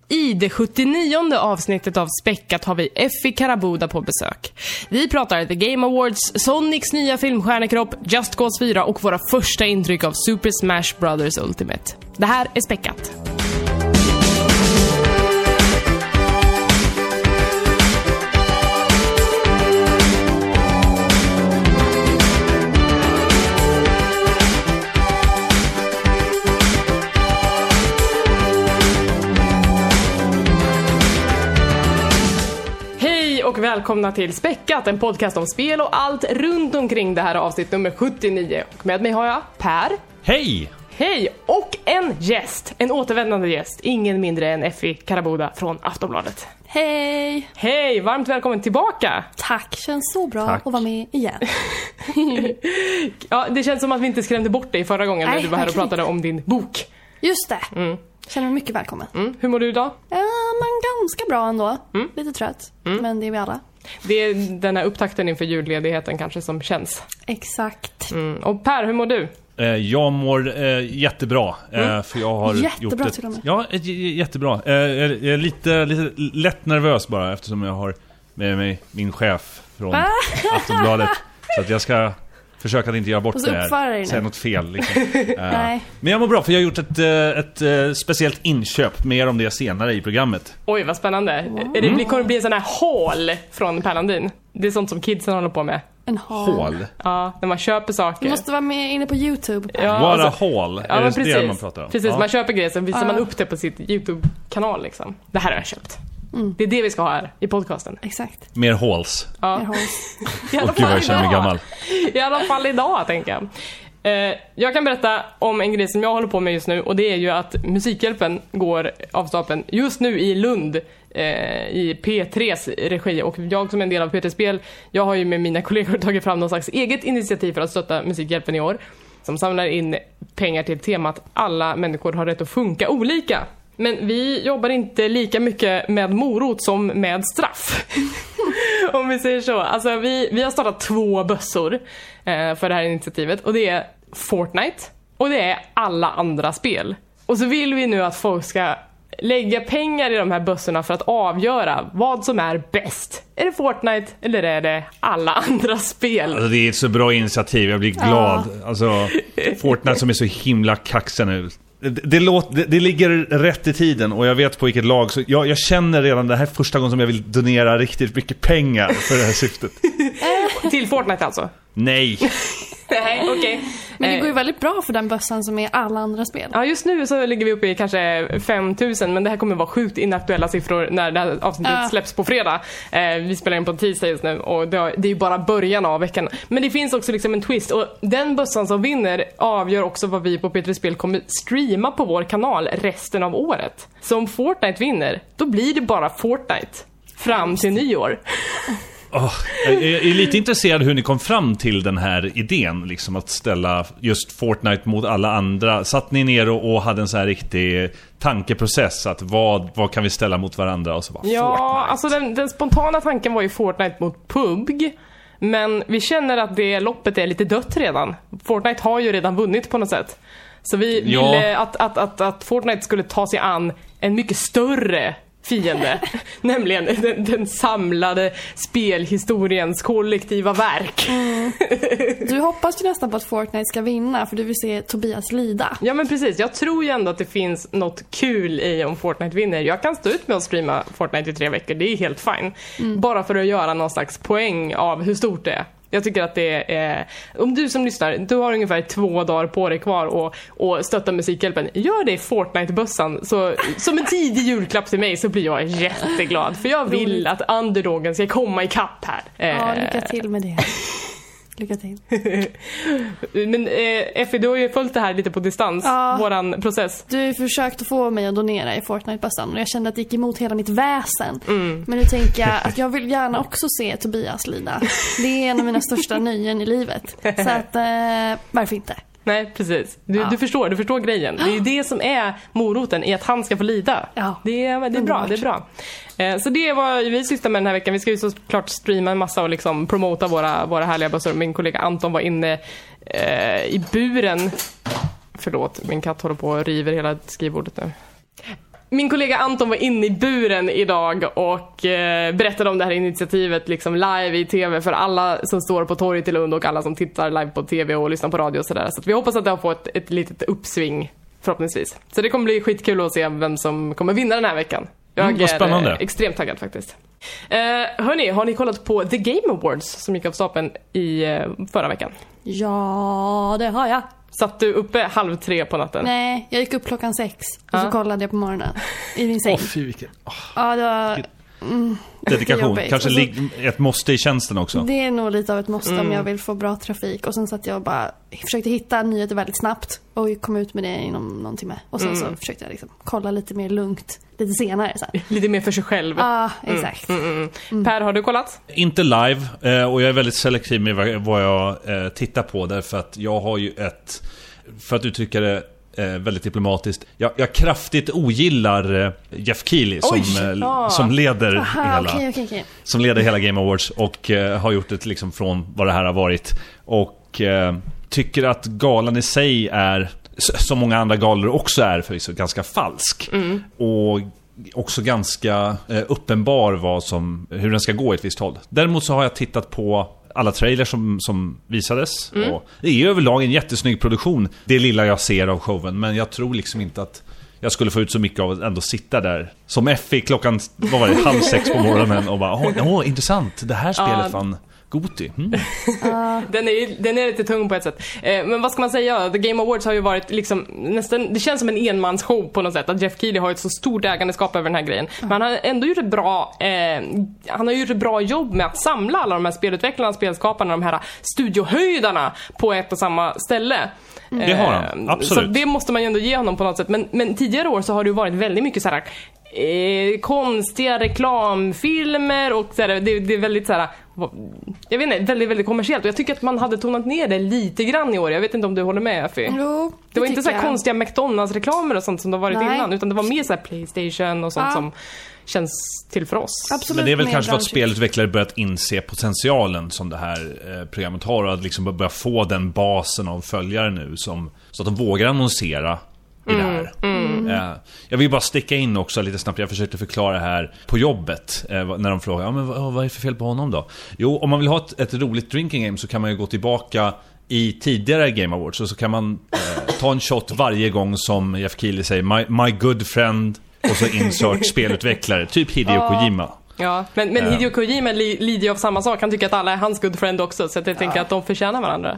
I det 79:e avsnittet av Späckat har vi Effie Karabuda på besök. Vi pratar The Game Awards, Sonics nya filmstjärnekropp, Just Cause 4 och våra första intryck av Super Smash Bros. Ultimate. Det här är Späckat. Och välkomna till Späckat, en podcast om spel och allt runt omkring det här avsnitt nummer 79. Och med mig har jag Per. Hej! Hej! Och en gäst, en återvändande gäst, ingen mindre än Effie Karabuda från Aftonbladet. Hej! Hej, varmt välkommen tillbaka. Tack, känns så bra att vara med igen. Ja, det känns som att vi inte skrämde bort dig förra gången när du var här och pratade om din bok. Just det. Känner mig mycket välkommen. Hur mår du idag? Ja, men ganska bra ändå. Lite trött, men det är vi alla. Det är den här upptakten inför julledigheten kanske som känns. Exakt. Och Per, hur mår du? Jag mår jättebra. För jag har jättebra gjort till och med. Ja, jättebra. Jag är lite lätt nervös bara eftersom jag har med mig min chef från Aftonbladet. Så att jag ska försöka att inte göra bort det här. Säga något fel liksom. Nej. Men jag mår bra för jag har gjort ett speciellt inköp. Mer om det senare i programmet. Oj, vad spännande. Det kommer bli en sån här haul från Per Landin. Det är sånt som kidsen håller på med. En haul? Ja, när man köper saker. Du måste vara med inne på YouTube. Ja, what a haul? Ja, är det precis. det man pratar om? Precis, man köper grejer så visar man upp det på sitt YouTube-kanal liksom. Det här har jag köpt. Det är det vi ska ha här i podcasten. Exakt. Mer halls. Ja. Mer hauls. Och gud vad jag känner mig gammal. I alla fall idag, tänker jag. Jag kan berätta om en grej som jag håller på med just nu. Och det är ju att Musikhjälpen går av stapeln just nu i Lund. I P3s regi. Och jag som är en del av P3 Spel, jag har ju med mina kollegor tagit fram någon slags eget initiativ för att stötta Musikhjälpen i år. Som samlar in pengar till temat alla människor har rätt att funka olika. Men vi jobbar inte lika mycket med morot som med straff. Om vi säger så. Alltså vi har startat 2 bössor för det här initiativet. Och det är Fortnite och det är alla andra spel. Och så vill vi nu att folk ska lägga pengar i de här bössorna för att avgöra vad som är bäst. Är det Fortnite eller är det alla andra spel? Alltså, det är ett så bra initiativ, jag blir glad. Alltså, Fortnite som är så himla kaxig nu. Det ligger rätt i tiden och jag vet på vilket lag. Så jag känner redan det här första gången som jag vill donera riktigt mycket pengar för det här syftet. Till Fortnite alltså? Nej. Nej, okej. Men det går ju väldigt bra för den bössan som är alla andra spel. Ja, just nu så ligger vi uppe i kanske 5000. Men det här kommer vara sjukt inaktuella siffror när det här avsnittet släpps på fredag. Vi spelar in på tisdag just nu och det är ju bara början av veckan. Men det finns också liksom en twist. Och den bössan som vinner avgör också vad vi på P3 Spel kommer streama på vår kanal resten av året. Så om Fortnite vinner, då blir det bara Fortnite fram till nyår. Jag är lite intresserad hur ni kom fram till den här idén liksom, att ställa just Fortnite mot alla andra. Satt ni ner och hade en så här riktig tankeprocess att vad kan vi ställa mot varandra och så bara Fortnite. Alltså den spontana tanken var ju Fortnite mot PUBG. Men vi känner att det loppet är lite dött redan. Fortnite har ju redan vunnit på något sätt. Så vi ville att Fortnite skulle ta sig an en mycket större fiende, nämligen den samlade spelhistoriens kollektiva verk. Du hoppas ju nästan på att Fortnite ska vinna för du vill se Tobias lida. Ja men precis, jag tror ju ändå att det finns något kul i om Fortnite vinner. Jag kan stå ut med att streama Fortnite i 3 veckor, det är helt fine. Bara för att göra någon slags poäng av hur stort det är. Jag tycker att det är... Om du som lyssnar, du har ungefär 2 dagar på dig kvar och stötta Musikhjälpen. Gör det i Fortnite-bössan. Så som en tidig julklapp till mig så blir jag jätteglad. För jag vill att underdogen ska komma i kapp här. Ja, lycka till med det. Lycka till. Men Effie, du har ju följt det här lite på distans, våran process. Du försökte få mig att donera i Fortnite-bössan och jag kände att det gick emot hela mitt väsen. Men nu tänker jag att jag vill gärna också se Tobias lida. Det är en av mina största nöjen i livet. Så att, varför inte? Nej, precis. Du förstår grejen. Det är ju det som är moroten i att han ska få lida. Ja. Det är bra, det är bra. Så det var vi sysslar med den här veckan. Vi ska ju såklart streama en massa och liksom promota våra härliga bössor. Min kollega Anton var inne i buren. Förlåt, min katt håller på och river hela skrivbordet nu. Min kollega Anton var inne i buren idag och berättade om det här initiativet liksom live i tv för alla som står på torget i Lund och alla som tittar live på tv och lyssnar på radio och sådär. Så att vi hoppas att det har fått ett litet uppsving förhoppningsvis. Så det kommer bli skitkul att se vem som kommer vinna den här veckan. Jag är extremt taggad faktiskt. Hörni, har ni kollat på The Game Awards som gick av stapeln i förra veckan? Ja, det har jag. Satt du uppe 2:30 på natten? Nej, jag gick upp 6:00 och så kollade jag på morgonen i min säng. Ja, det var... Dedikation, kanske ett måste i tjänsten också. Det är nog lite av ett måste om jag vill få bra trafik. Och sen så att jag bara försökte hitta nyheter väldigt snabbt och kom ut med det inom någon timme. Och sen så försökte jag liksom kolla lite mer lugnt lite senare så här. Lite mer för sig själv. Ja, exakt. Per, har du kollat? Inte live, och jag är väldigt selektiv med vad jag tittar på, därför att jag har ju för att uttrycka det väldigt diplomatiskt, jag kraftigt ogillar Jeff Keighley som leder som leder hela Game Awards och har gjort det liksom från vad det här har varit, och tycker att galan i sig är, som många andra galor också är, förvisso ganska falsk och också ganska uppenbar hur den ska gå i ett visst håll. Däremot så har jag tittat på alla trailers som visades, och det är överlag en jättesnygg produktion, det lilla jag ser av showen, men jag tror liksom inte att jag skulle få ut så mycket av att ändå sitta där som Effie klockan, vad var det, 5:30 på morgonen och bara, intressant, det här spelet fann Goti. Den är lite tung på ett sätt. Men vad ska man säga? The Game Awards har ju varit liksom nästan, det känns som en enmansshow på något sätt. Att Jeff Keighley har ett så stort ägandeskap över den här grejen. Men han har ändå gjort ett bra jobb med att samla alla de här spelutvecklarna, spelskaparna, de här studiohöjdarna på ett och samma ställe. Det har han, absolut. Så det måste man ju ändå ge honom på något sätt. Men tidigare år så har det ju varit väldigt mycket så här konstiga reklamfilmer och så här, det är väldigt så här, jag vet inte, väldigt, väldigt kommersiellt. Och jag tycker att man hade tonat ner det lite grann i år. Jag vet inte om du håller med, Effie. Jo, det var inte så här konstiga McDonalds-reklamer och sånt som det har varit innan, utan det var mer så här PlayStation och sånt som känns till för oss. Absolut. Men det är väl kanske för att spelutvecklare börjat inse potentialen som det här programmet har, och att liksom börja få den basen av följare nu så att de vågar annonsera i det här. Jag vill bara sticka in också lite snabbt. Jag försökte förklara här på jobbet när de frågar, men vad är det för fel på honom då? Jo, om man vill ha ett roligt drinking game så kan man ju gå tillbaka i tidigare Game Awards, och så kan man ta en shot varje gång som Jeff Keighley säger my good friend, och så insert spelutvecklare, typ Hideo Kojima. Ja, men Hideo Kojima lider ju av samma sak. Han tycker att alla är hans good friend också, så att jag tänker att de förtjänar varandra.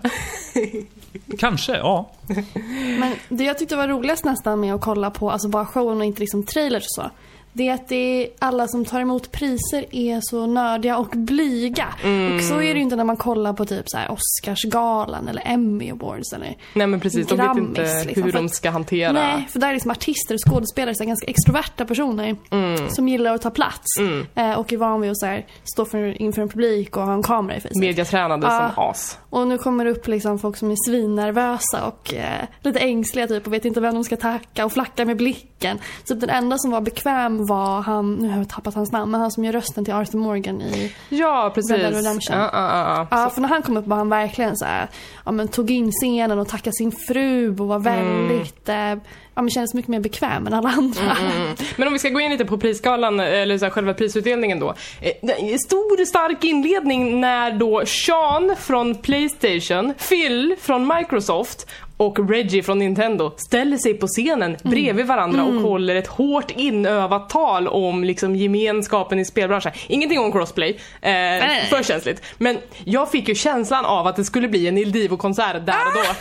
Kanske, ja. Men det jag tyckte var roligast nästan med att kolla på, alltså bara showen och inte liksom trailers och så, det är att alla som tar emot priser är så nördiga och blyga. Och så är det ju inte när man kollar på typ så här Oscarsgalan eller Emmy Awards eller nej, men precis, de vet inte liksom, hur de ska hantera. Nej, för där är liksom artister och skådespelare, så här, ganska extroverta personer som gillar att ta plats och är van vid att så här, stå inför en publik och ha en kamera i fejset. Mediatränade som as. Och nu kommer det upp liksom folk som är svinnervösa och lite ängsliga typ, och vet inte vem de ska tacka och flacka med blicken. Så den enda som var bekväm var han, nu har jag tappat hans namn, men han som gör rösten till Arthur Morgan i precis. Red Dead Redemption. Ja, för när han kom upp var han verkligen så här, men tog in scenen och tackade sin fru och var väldigt men kändes mycket mer bekväm än alla andra. Men om vi ska gå in lite på prisskalan, eller så här, själva prisutdelningen då. Stor stark inledning när då Sean från PlayStation, Phil från Microsoft och Reggie från Nintendo ställer sig på scenen bredvid varandra och håller ett hårt inövat tal om liksom gemenskapen i spelbranschen. Ingenting om crossplay, för känsligt. Men jag fick ju känslan av att det skulle bli en Il Divo-konsert där och då.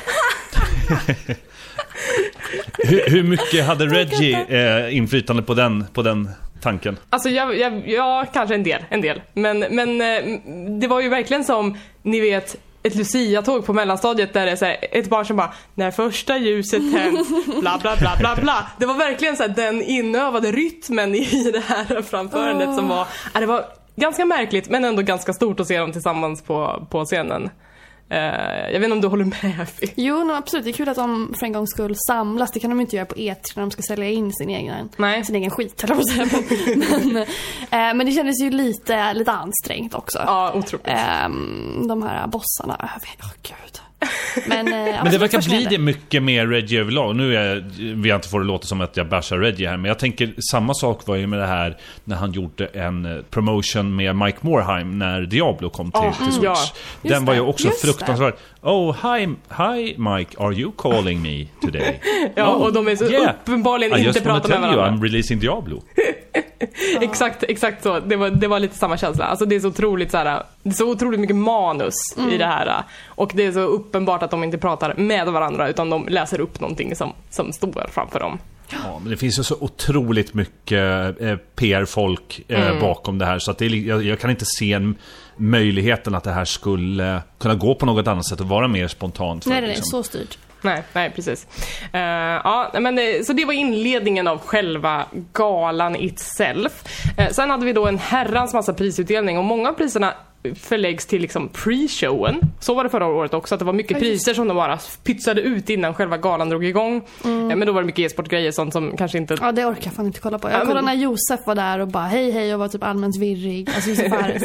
Hur mycket hade Reggie inflytande på den tanken? Alltså jag kanske en del. Men det var ju verkligen som, ni vet, ett Lucia-tåg på mellanstadiet där det är så här, ett barn som bara, när första ljuset tänds, bla bla bla bla bla. Det var verkligen så här, den inövade rytmen i det här framförandet som var, det var ganska märkligt men ändå ganska stort att se dem tillsammans på scenen. Jag vet inte om du håller med. Jo, absolut. Det är kul att de för en gångs skull samlas. Det kan de inte göra på E3 när de ska sälja in sin egen skit eller vad säga. Men det kändes ju lite ansträngt också. Ja, otroligt. De här bossarna, gud. Men det verkar bli det mycket mer Reggie överlag. Nu vill jag inte få det låta som att jag bashar Reggie här, men jag tänker samma sak var ju med det här när han gjorde en promotion med Mike Morhaime när Diablo kom till Switch. Ja. Den var ju också fruktansvärt. Oh, hi Mike, are you calling me today? Ja, och de är så uppenbarligen inte pratar med varandra. I'm releasing Diablo. Exakt så. Det var lite samma känsla. Alltså det är så otroligt så här, det är så otroligt mycket manus i det här. Och det är så uppenbart att de inte pratar med varandra utan de läser upp någonting som står framför dem. Ja, men det finns ju så otroligt mycket PR-folk bakom det här, så att jag kan inte se möjligheten att det här skulle kunna gå på något annat sätt och vara mer spontant. Nej, det är så styrt. Nej, precis. Så det var inledningen av själva galan itself. Sen hade vi då en herrans massa prisutdelning och många av priserna förläggs till liksom pre-showen. Så var det förra året också, att det var mycket priser som de bara pytsade ut innan själva galan drog igång. Men då var det mycket e-sportgrejer, sånt som kanske inte... Ja, det orkar jag fan inte kolla på. Jag kollade när Josef var där och bara hej och var typ allmänt virrig. Alltså Josef Fares.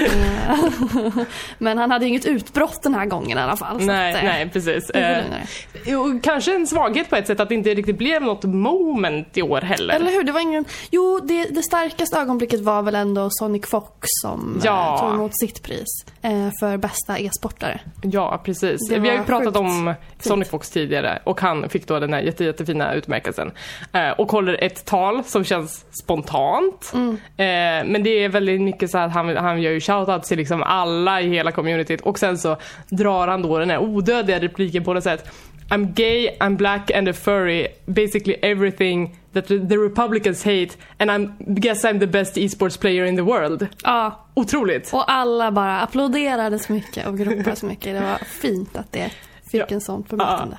Men han hade inget utbrott den här gången i alla fall. Nej, precis. Kanske en svaghet på ett sätt att det inte riktigt blev något moment i år heller. Eller hur? Det var ingen... Jo, det starkaste ögonblicket var väl ändå Sonic Fox som tog emot sitt pris för bästa e-sportare. Ja, precis. Vi har ju pratat om Sonic Fox tidigare och han fick då den här jättefina utmärkelsen. Och håller ett tal som känns spontant. Men det är väldigt mycket så att han gör ju shoutout till liksom alla i hela communityt och sen så drar han då den här odödliga repliken på något sätt. I'm gay, I'm black and a furry, basically everything that the Republicans hate, and guess I'm the best e-sports player in the world. Ja. Otroligt. Och alla bara applåderade så mycket och ropade så mycket. Det var fint att det fick en sån bemötande.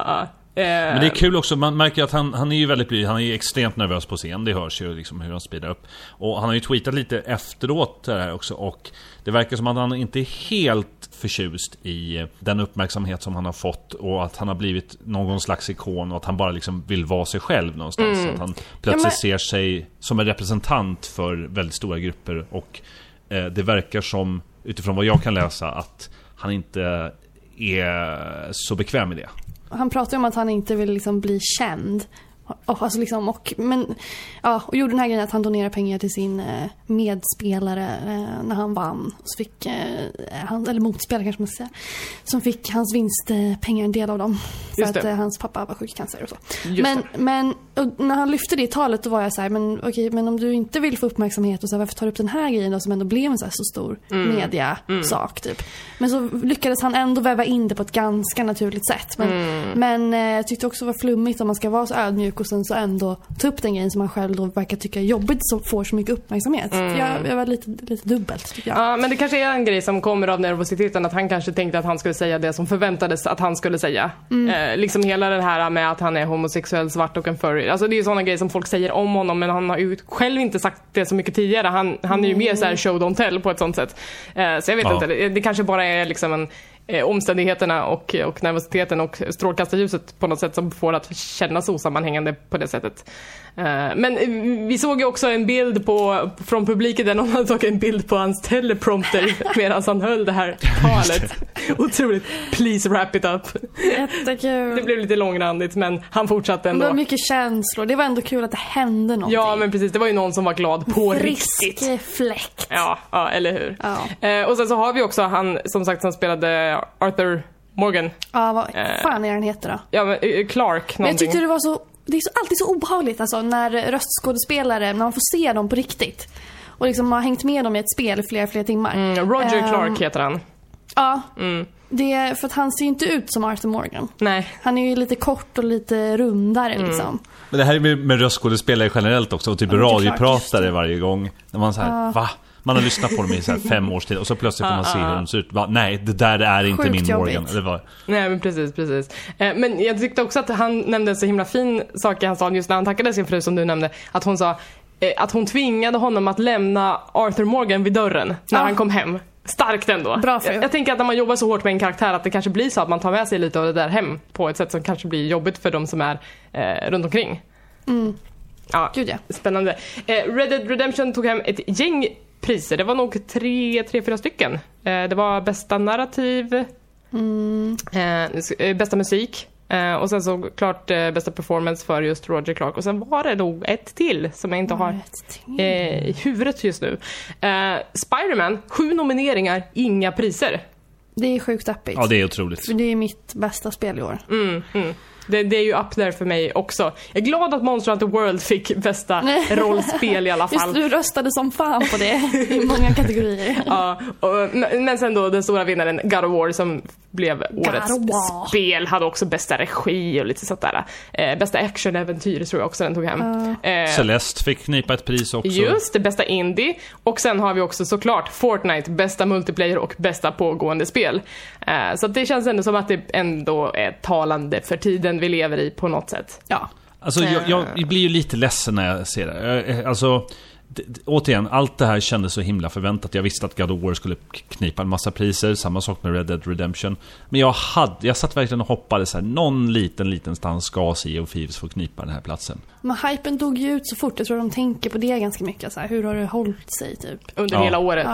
Men det är kul också, man märker att han är ju väldigt blyg, han är ju extremt nervös på scen, det hörs ju liksom hur han speedar upp. Och han har ju tweetat lite efteråt det här också, och det verkar som att han inte är helt förtjust i den uppmärksamhet som han har fått och att han har blivit någon slags ikon och att han bara liksom vill vara sig själv någonstans. Att han plötsligt ser sig som en representant för väldigt stora grupper och det verkar som, utifrån vad jag kan läsa, att han inte är så bekväm med det. Han pratar ju om att han inte vill liksom bli känd. Alltså liksom, och gjorde den här grejen att han donerar pengar till sin medspelare när han vann. Så fick eller motspelare kanske man ska säga, som fick hans vinstpengar en del av dem. För att hans pappa var sjuk i cancer och så. Men och när han lyfte det i talet då var jag så här, men om du inte vill få uppmärksamhet och så här, varför tar du upp den här grejen då, som ändå blev en så stor media-sak typ. Men så lyckades han ändå väva in det på ett ganska naturligt sätt. Men jag tyckte också var flummigt om man ska vara så ödmjuk och sen så ändå ta upp den grejen som man själv då verkar tycka är jobbigt som får så mycket uppmärksamhet. Jag var lite dubbelt tycker jag. Ja, men det kanske är en grej som kommer av nervositeten, att han kanske tänkte att han skulle säga det som förväntades att han skulle säga. Liksom hela det här med att han är homosexuell, svart och en furry. Alltså det är ju sådana grejer som folk säger om honom, men han har ju själv inte sagt det så mycket tidigare. Han är ju mer så här show don't tell på ett sånt sätt. Så jag vet inte, det kanske bara är liksom omständigheterna och nervositeten och strålkastarljuset på något sätt som får att kännas osammanhängande på det sättet. Men vi såg ju också en bild från publiken där någon hade tagit en bild på hans teleprompter medan han höll det här talet. Otroligt. Please wrap it up. Jättekul. Det blev lite långrandigt, men han fortsatte ändå. Det var mycket känslor. Det var ändå kul att det hände någonting. Ja, men precis. Det var ju någon som var glad på riktigt. Frisk fläkt. Ja, eller hur? Ja. Och sen så har vi också han, som sagt, som spelade Arthur Morgan. Ja, vad fan är han heter då? Ja, men Clark någonting. Men jag tyckte det var så... Det är alltid så obehagligt alltså, när röstskådespelare, när man får se dem på riktigt och liksom har hängt med dem i ett spel i flera timmar. Roger Clark heter han. Ja, det är för att han ser ju inte ut som Arthur Morgan. Nej. Han är ju lite kort och lite rundare liksom. Men det här är med röstskådespelare generellt också, och typ radiopratare varje gång när man säger va? Man har lyssnat på dem i så här 5 års tid och så plötsligt får man se hur de ser ut. Nej, det där är inte sjukt min jobbigt. Morgan. Nej, men precis. Men jag tyckte också att han nämnde en så himla fin sak i hans sal just när han tackade sin fru, som du nämnde. Att hon sa att hon tvingade honom att lämna Arthur Morgan vid dörren när han kom hem. Starkt ändå. Bra för jag tänker att när man jobbar så hårt med en karaktär att det kanske blir så att man tar med sig lite av det där hem på ett sätt som kanske blir jobbigt för de som är runt omkring. Ja, Gud, ja. Spännande. Red Dead Redemption tog hem ett gäng priser. Det var nog 3-4 stycken. Det var bästa narrativ, Bästa musik. Och sen så klart bästa performance för just Roger Clark. Och sen var det nog ett till som jag inte har i huvudet just nu. Spider-Man, 7 nomineringar, inga priser. Det är sjukt appigt. Ja, det är otroligt. För det är mitt bästa spel i år. Det är ju up there för mig också. Jag är glad att Monster Hunter World fick bästa rollspel i alla fall. Just du röstade som fan på det i många kategorier. Ja, men sen då den stora vinnaren God of War som blev årets spel, hade också bästa regi och lite sånt där. Bästa actionäventyr tror jag också den tog hem. Celeste fick knipa ett pris också. Just det, bästa indie. Och sen har vi också såklart Fortnite, bästa multiplayer och bästa pågående spel. Så att det känns ändå som att det ändå är talande för tiden vi lever i på något sätt. Ja. Alltså jag blir ju lite ledsen när jag ser det. Alltså återigen, allt det här kändes så himla förväntat. Jag visste att God of War skulle knipa en massa priser. Samma sak med Red Dead Redemption. Men jag satt verkligen och hoppades så här, någon liten stans ska Sea of Thieves få knipa den här platsen. Men hypen dog ju ut så fort. Jag tror de tänker på det ganska mycket. Så här, hur har det hållit sig typ? Under hela året.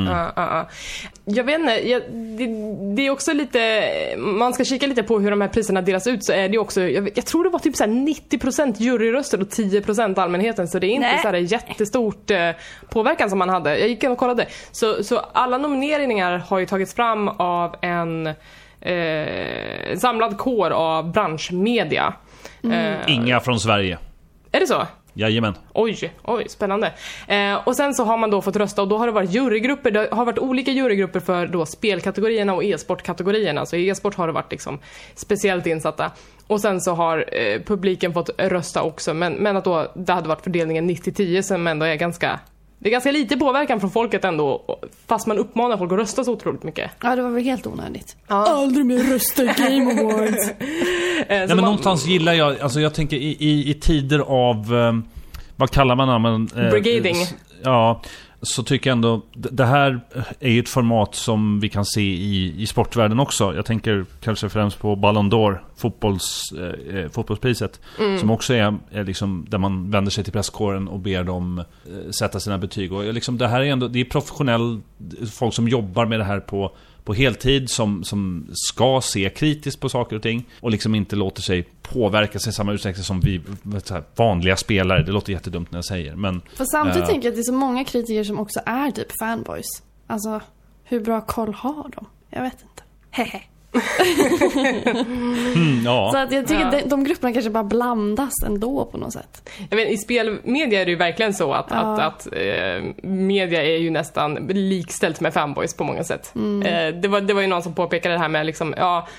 Jag vet inte, det är också lite, man ska kika lite på hur de här priserna delas ut, så är det också, jag tror det var typ så här 90% juryröster och 10% allmänheten, så det är inte så här jättestort påverkan som man hade. Jag gick in och kollade. Så alla nomineringar har ju tagits fram av en samlad kår av branschmedia. Inga från Sverige. Är det så? Jajamän. Oj, spännande. Och sen så har man då fått rösta, och då har det varit jurygrupper. Det har varit olika jurygrupper för då spelkategorierna och e-sportkategorierna. Så i e-sport har det varit liksom speciellt insatta. Och sen så har publiken fått rösta också. Men att då det hade varit fördelningen 90-10, som ändå är ganska... Det är ganska lite påverkan från folket ändå, fast man uppmanar folk att rösta så otroligt mycket. Ja, det var väl helt onödigt. Ja. Aldrig mer rösta i Game Awards. Nej, men någonstans gillar jag, alltså jag tänker i tider av, vad kallar man brigading. Ja, så tycker jag ändå, det här är ju ett format som vi kan se i sportvärlden också. Jag tänker kanske främst på Ballon d'Or, fotbollspriset, som också är liksom där man vänder sig till presskåren och ber dem sätta sina betyg. Och liksom, det här är ändå, det är professionell folk som jobbar med det här på heltid, som ska se kritiskt på saker och ting och liksom inte låter sig påverkas i samma utsträckning som vi vanliga spelare. Det låter jättedumt när jag säger, men för samtidigt tänker jag att det är så många kritiker som också är typ fanboys. Alltså, hur bra koll har de? Jag vet inte. Hehe. Ja. Så att jag tycker att de grupperna kanske bara blandas ändå på något sätt. Jag vet, i spelmedia är det ju verkligen så att media är ju nästan likställt med fanboys på många sätt. Det var ju någon som påpekade det här med liksom,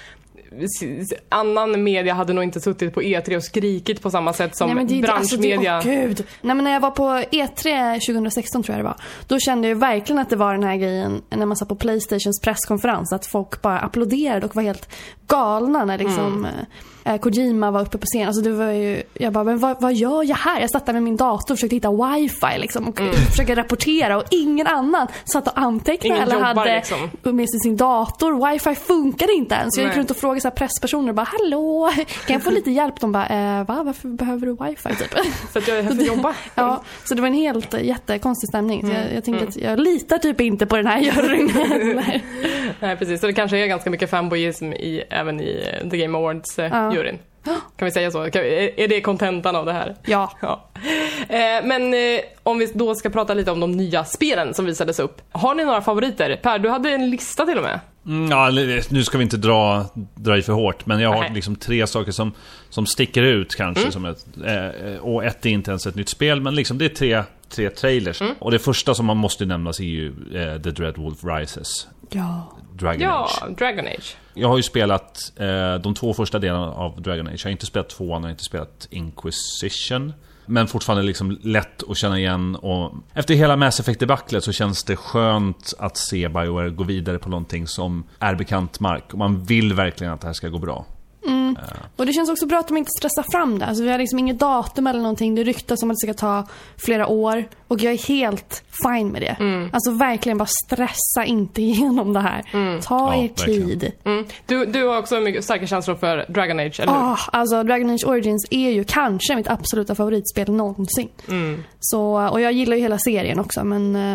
annan media hade nog inte suttit på E3 och skrikit på samma sätt som branschmedia. Gud. Nej, men när jag var på E3 2016 tror jag det var, då kände jag verkligen att det var den här grejen när man satt på PlayStations presskonferens, att folk bara applåderade och var helt galna när liksom Kojima var uppe på scen. Alltså det var ju, jag bara, men vad gör jag här? Jag satt där med min dator och försökte hitta wifi liksom, och försöka rapportera, och ingen annan satt och antecknade eller hade liksom med sig sin dator. Wifi funkade inte ens. Så jag gick runt och frågade så här presspersoner och bara, hallå, kan jag få lite hjälp? De bara, varför behöver du wifi typ? För att jag är här för att jobba. Ja, så det var en helt jättekonstig stämning. Så jag tänker att jag litar typ inte på den här juryn. Nej, precis. Så det kanske är ganska mycket fanboyism även i The Game Awards juryn. Kan vi säga så? Är det kontentan av det här? Ja. Men om vi då ska prata lite om de nya spelen som visades upp. Har ni några favoriter? Per, du hade en lista till och med. Ja, nu ska vi inte dra i för hårt, men jag har liksom 3 saker som sticker ut kanske som och ett är inte ens ett nytt spel, men liksom det är tre trailers. Och det första som man måste nämnas är ju The Dreadwolf Rises. Dragon Age. Jag har ju spelat de 2 första delarna av Dragon Age. Jag har inte spelat 2, jag har inte spelat Inquisition, men fortfarande liksom lätt att känna igen, och efter hela Mass Effect-debaclet så känns det skönt att se BioWare gå vidare på någonting som är bekant mark, och man vill verkligen att det här ska gå bra. Och det känns också bra att de inte stressar fram det. Alltså vi har liksom inget datum eller någonting. Det ryktas om att det ska ta flera år, och jag är helt fine med det. Alltså verkligen bara stressa inte igenom det här. Ta er tid. Du har också mycket starka känslor för Dragon Age, eller hur? Alltså Dragon Age Origins är ju kanske mitt absoluta favoritspel någonsin. Så, och jag gillar ju hela serien också, men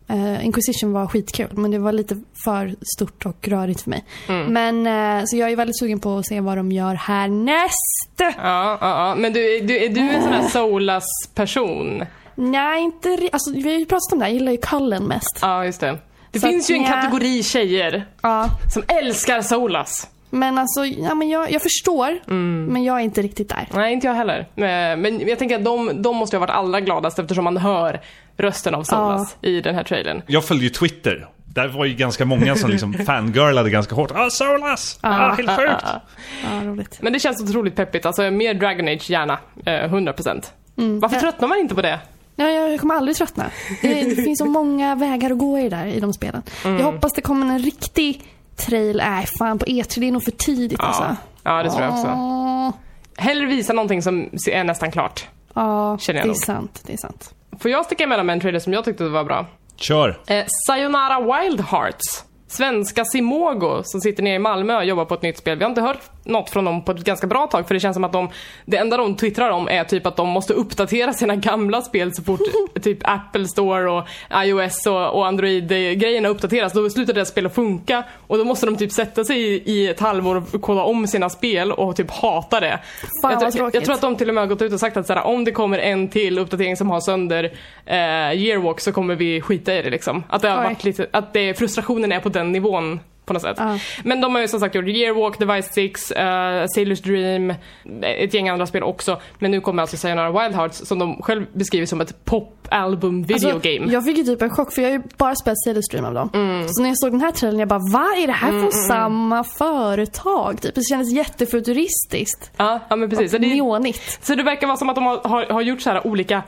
Inquisition var skitkul, men det var lite för stort och rörigt för mig. Men så jag är väldigt sugen på att se vad de gör härnäst. Ja. Men är du en sån här Soulas-person? Nej, inte alltså, vi har ju pratat om det här. Jag gillar ju Cullen mest. Ja, just det. Det Så finns ju en kategori tjejer som älskar Soulas. Men alltså, men jag förstår, men jag är inte riktigt där. Nej, inte jag heller. Men jag tänker att de måste ha varit allra gladast eftersom man hör rösten av Soulas i den här trailern. Jag följde ju Twitter. Där var ju ganska många som liksom fangirlade ganska hårt. Soulas! Helt sjukt! Roligt. Men det känns otroligt peppigt. Alltså mer Dragon Age gärna, 100%. Varför tröttnar man inte på det? Ja, jag kommer aldrig tröttna. Det finns så många vägar att gå i de spelen. Jag hoppas det kommer en riktig trail. Fan, på E3 det är nog för tidigt alltså. Ja, det tror jag också. Hellre visa någonting som är nästan klart. Ja, det är sant. Det är sant. Får jag sticka emellan med en trailer som jag tyckte var bra? Kör! Sayonara Wild Hearts. Svenska Simogo som sitter nere i Malmö och jobbar på ett nytt spel. Vi har inte hört något från dem på ett ganska bra tag, för det känns som att det enda de twittrar om är typ att de måste uppdatera sina gamla spel så fort typ Apple Store och iOS och Android-grejerna uppdateras. Då slutar deras spel att funka och då måste de typ sätta sig i ett halvår och kolla om sina spel och typ hata det. Jag tror att de till och med har gått ut och sagt att såhär, om det kommer en till uppdatering som har sönder Yearwalk så kommer vi skita i det liksom. Att det har varit lite, att frustrationen är på den nivån på något sätt. Men de har ju som sagt gjort Yearwalk, Device 6, Sailor's Dream, ett gäng andra spel också. Men nu kommer alltså Sayonara Wild Hearts som de själv beskriver som ett pop-album videogame. Jag fick ju typ en chock för jag har ju bara spelat Sailor's Dream av dem. Så när jag såg den här trailern jag bara, vad är det här för samma företag? Typ. Det kändes jättefuturistiskt. Ja men precis. Och neonigt. Så det verkar vara som att de har gjort så här olika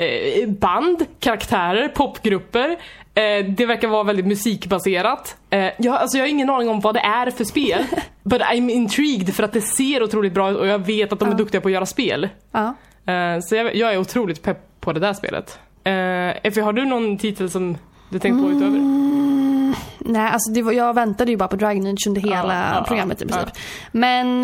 band, karaktärer, popgrupper. Det verkar vara väldigt musikbaserat. Jag har ingen aning om vad det är för spel. But I'm intrigued för att det ser otroligt bra ut och jag vet att de är duktiga på att göra spel. Så jag är otroligt pepp på det där spelet. Effie, har du någon titel som du tänkt på utöver? Nej, alltså jag väntade ju bara på Dragon Age under hela programmet i princip. Men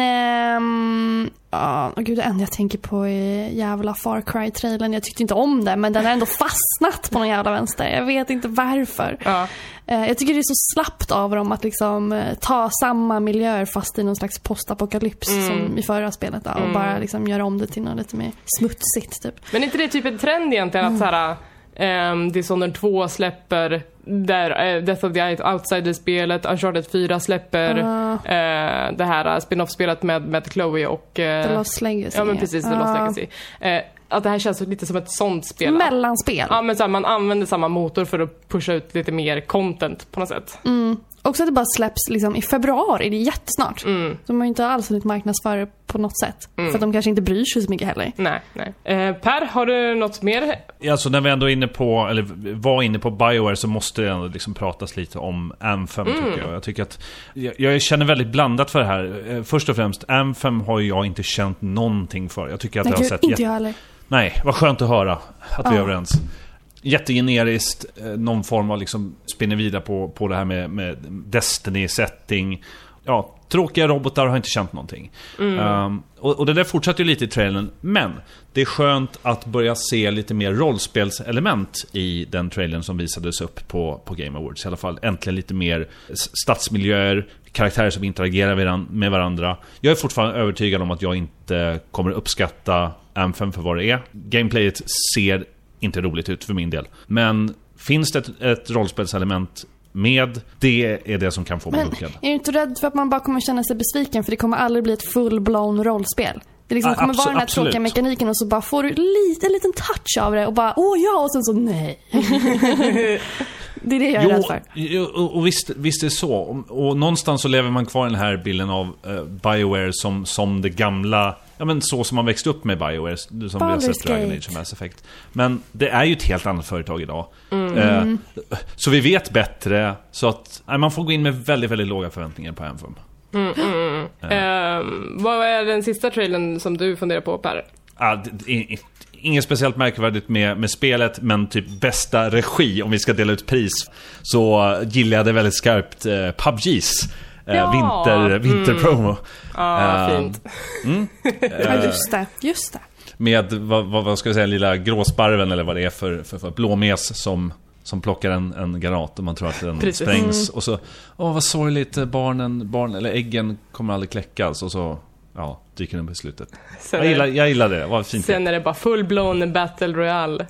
gud, det enda jag tänker på är jävla Far Cry-trailern. Jag tyckte inte om det, men den har ändå fastnat på någon jävla vänster. Jag vet inte varför. Jag tycker det är så slappt av dem att liksom ta samma miljöer fast i någon slags postapokalyps som i förra spelet och bara liksom göra om det till något lite mer smutsigt typ. Men är inte det typ en trend egentligen att såhär Dishonored 2 släpper där Death of the Outsider-spelet, Uncharted 4 släpper det här spin-off-spelet med Chloe och The Lost Legacy. Ja men precis, The Lost Legacy. Att det här känns lite som ett sånt spel. Mellanspel. Ja men så här, man använder samma motor för att pusha ut lite mer content på något sätt. Också att det bara släpps liksom i februari, det är jättesnart. Så de har inte alls hunnit marknadsföra på något sätt. För att de kanske inte bryr sig så mycket heller. Nej. Per, har du något mer? Alltså när vi ändå är inne på, eller var inne på BioWare, så måste det ändå liksom pratas lite om Anthem tycker jag. Jag tycker att jag känner väldigt blandat för det här. Först och främst, Anthem har jag inte känt någonting för. Jag tycker att det har sett inte jag heller. Nej, vad skönt att höra att vi är överens. Jättegeneriskt, någon form av liksom spinner vidare på det här med Destiny-setting. Ja, tråkiga robotar har inte känt någonting. Och det där fortsätter ju lite i trailern. Men det är skönt att börja se lite mer rollspelselement i den trailern som visades upp på Game Awards. I alla fall äntligen lite mer stadsmiljöer, karaktärer som interagerar med varandra. Jag är fortfarande övertygad om att jag inte kommer uppskatta Anthem för vad det är. Gameplayet ser inte roligt ut för min del. Men finns det ett rollspelselement med, det är det som kan få mig uppklädd. Är du inte rädd för att man bara kommer känna sig besviken? För det kommer aldrig bli ett full-blown rollspel. Det liksom kommer vara den här tråkiga mekaniken och så bara får du en liten touch av det och bara, och sen så nej. Det är det jag är rädd för. Och visst är det så. Och någonstans så lever man kvar i den här bilden av BioWare som det gamla, ja men så som man växte upp med BioWare, som vi har sett Dragon Age och Mass Effect. Men det är ju ett helt annat företag idag. Så vi vet bättre, så att man får gå in med väldigt, väldigt låga förväntningar på Anthem. Vad är den sista trailern som du funderar på, Per? Inget speciellt märkvärdigt med spelet, men typ bästa regi, om vi ska dela ut pris, så gillar jag det väldigt skarpt PUBGs vinterpromo. Fint. Just det. Med vad ska vi säga, lilla gråsparven eller vad det är för blåmes som plockar en granat och man tror att den sprängs. Och så, vad sorgligt, barn eller äggen kommer aldrig kläckas. Och så, dyker den på slutet. Jag gillar det, vad fint. Sen är det bara full-blown Battle Royale.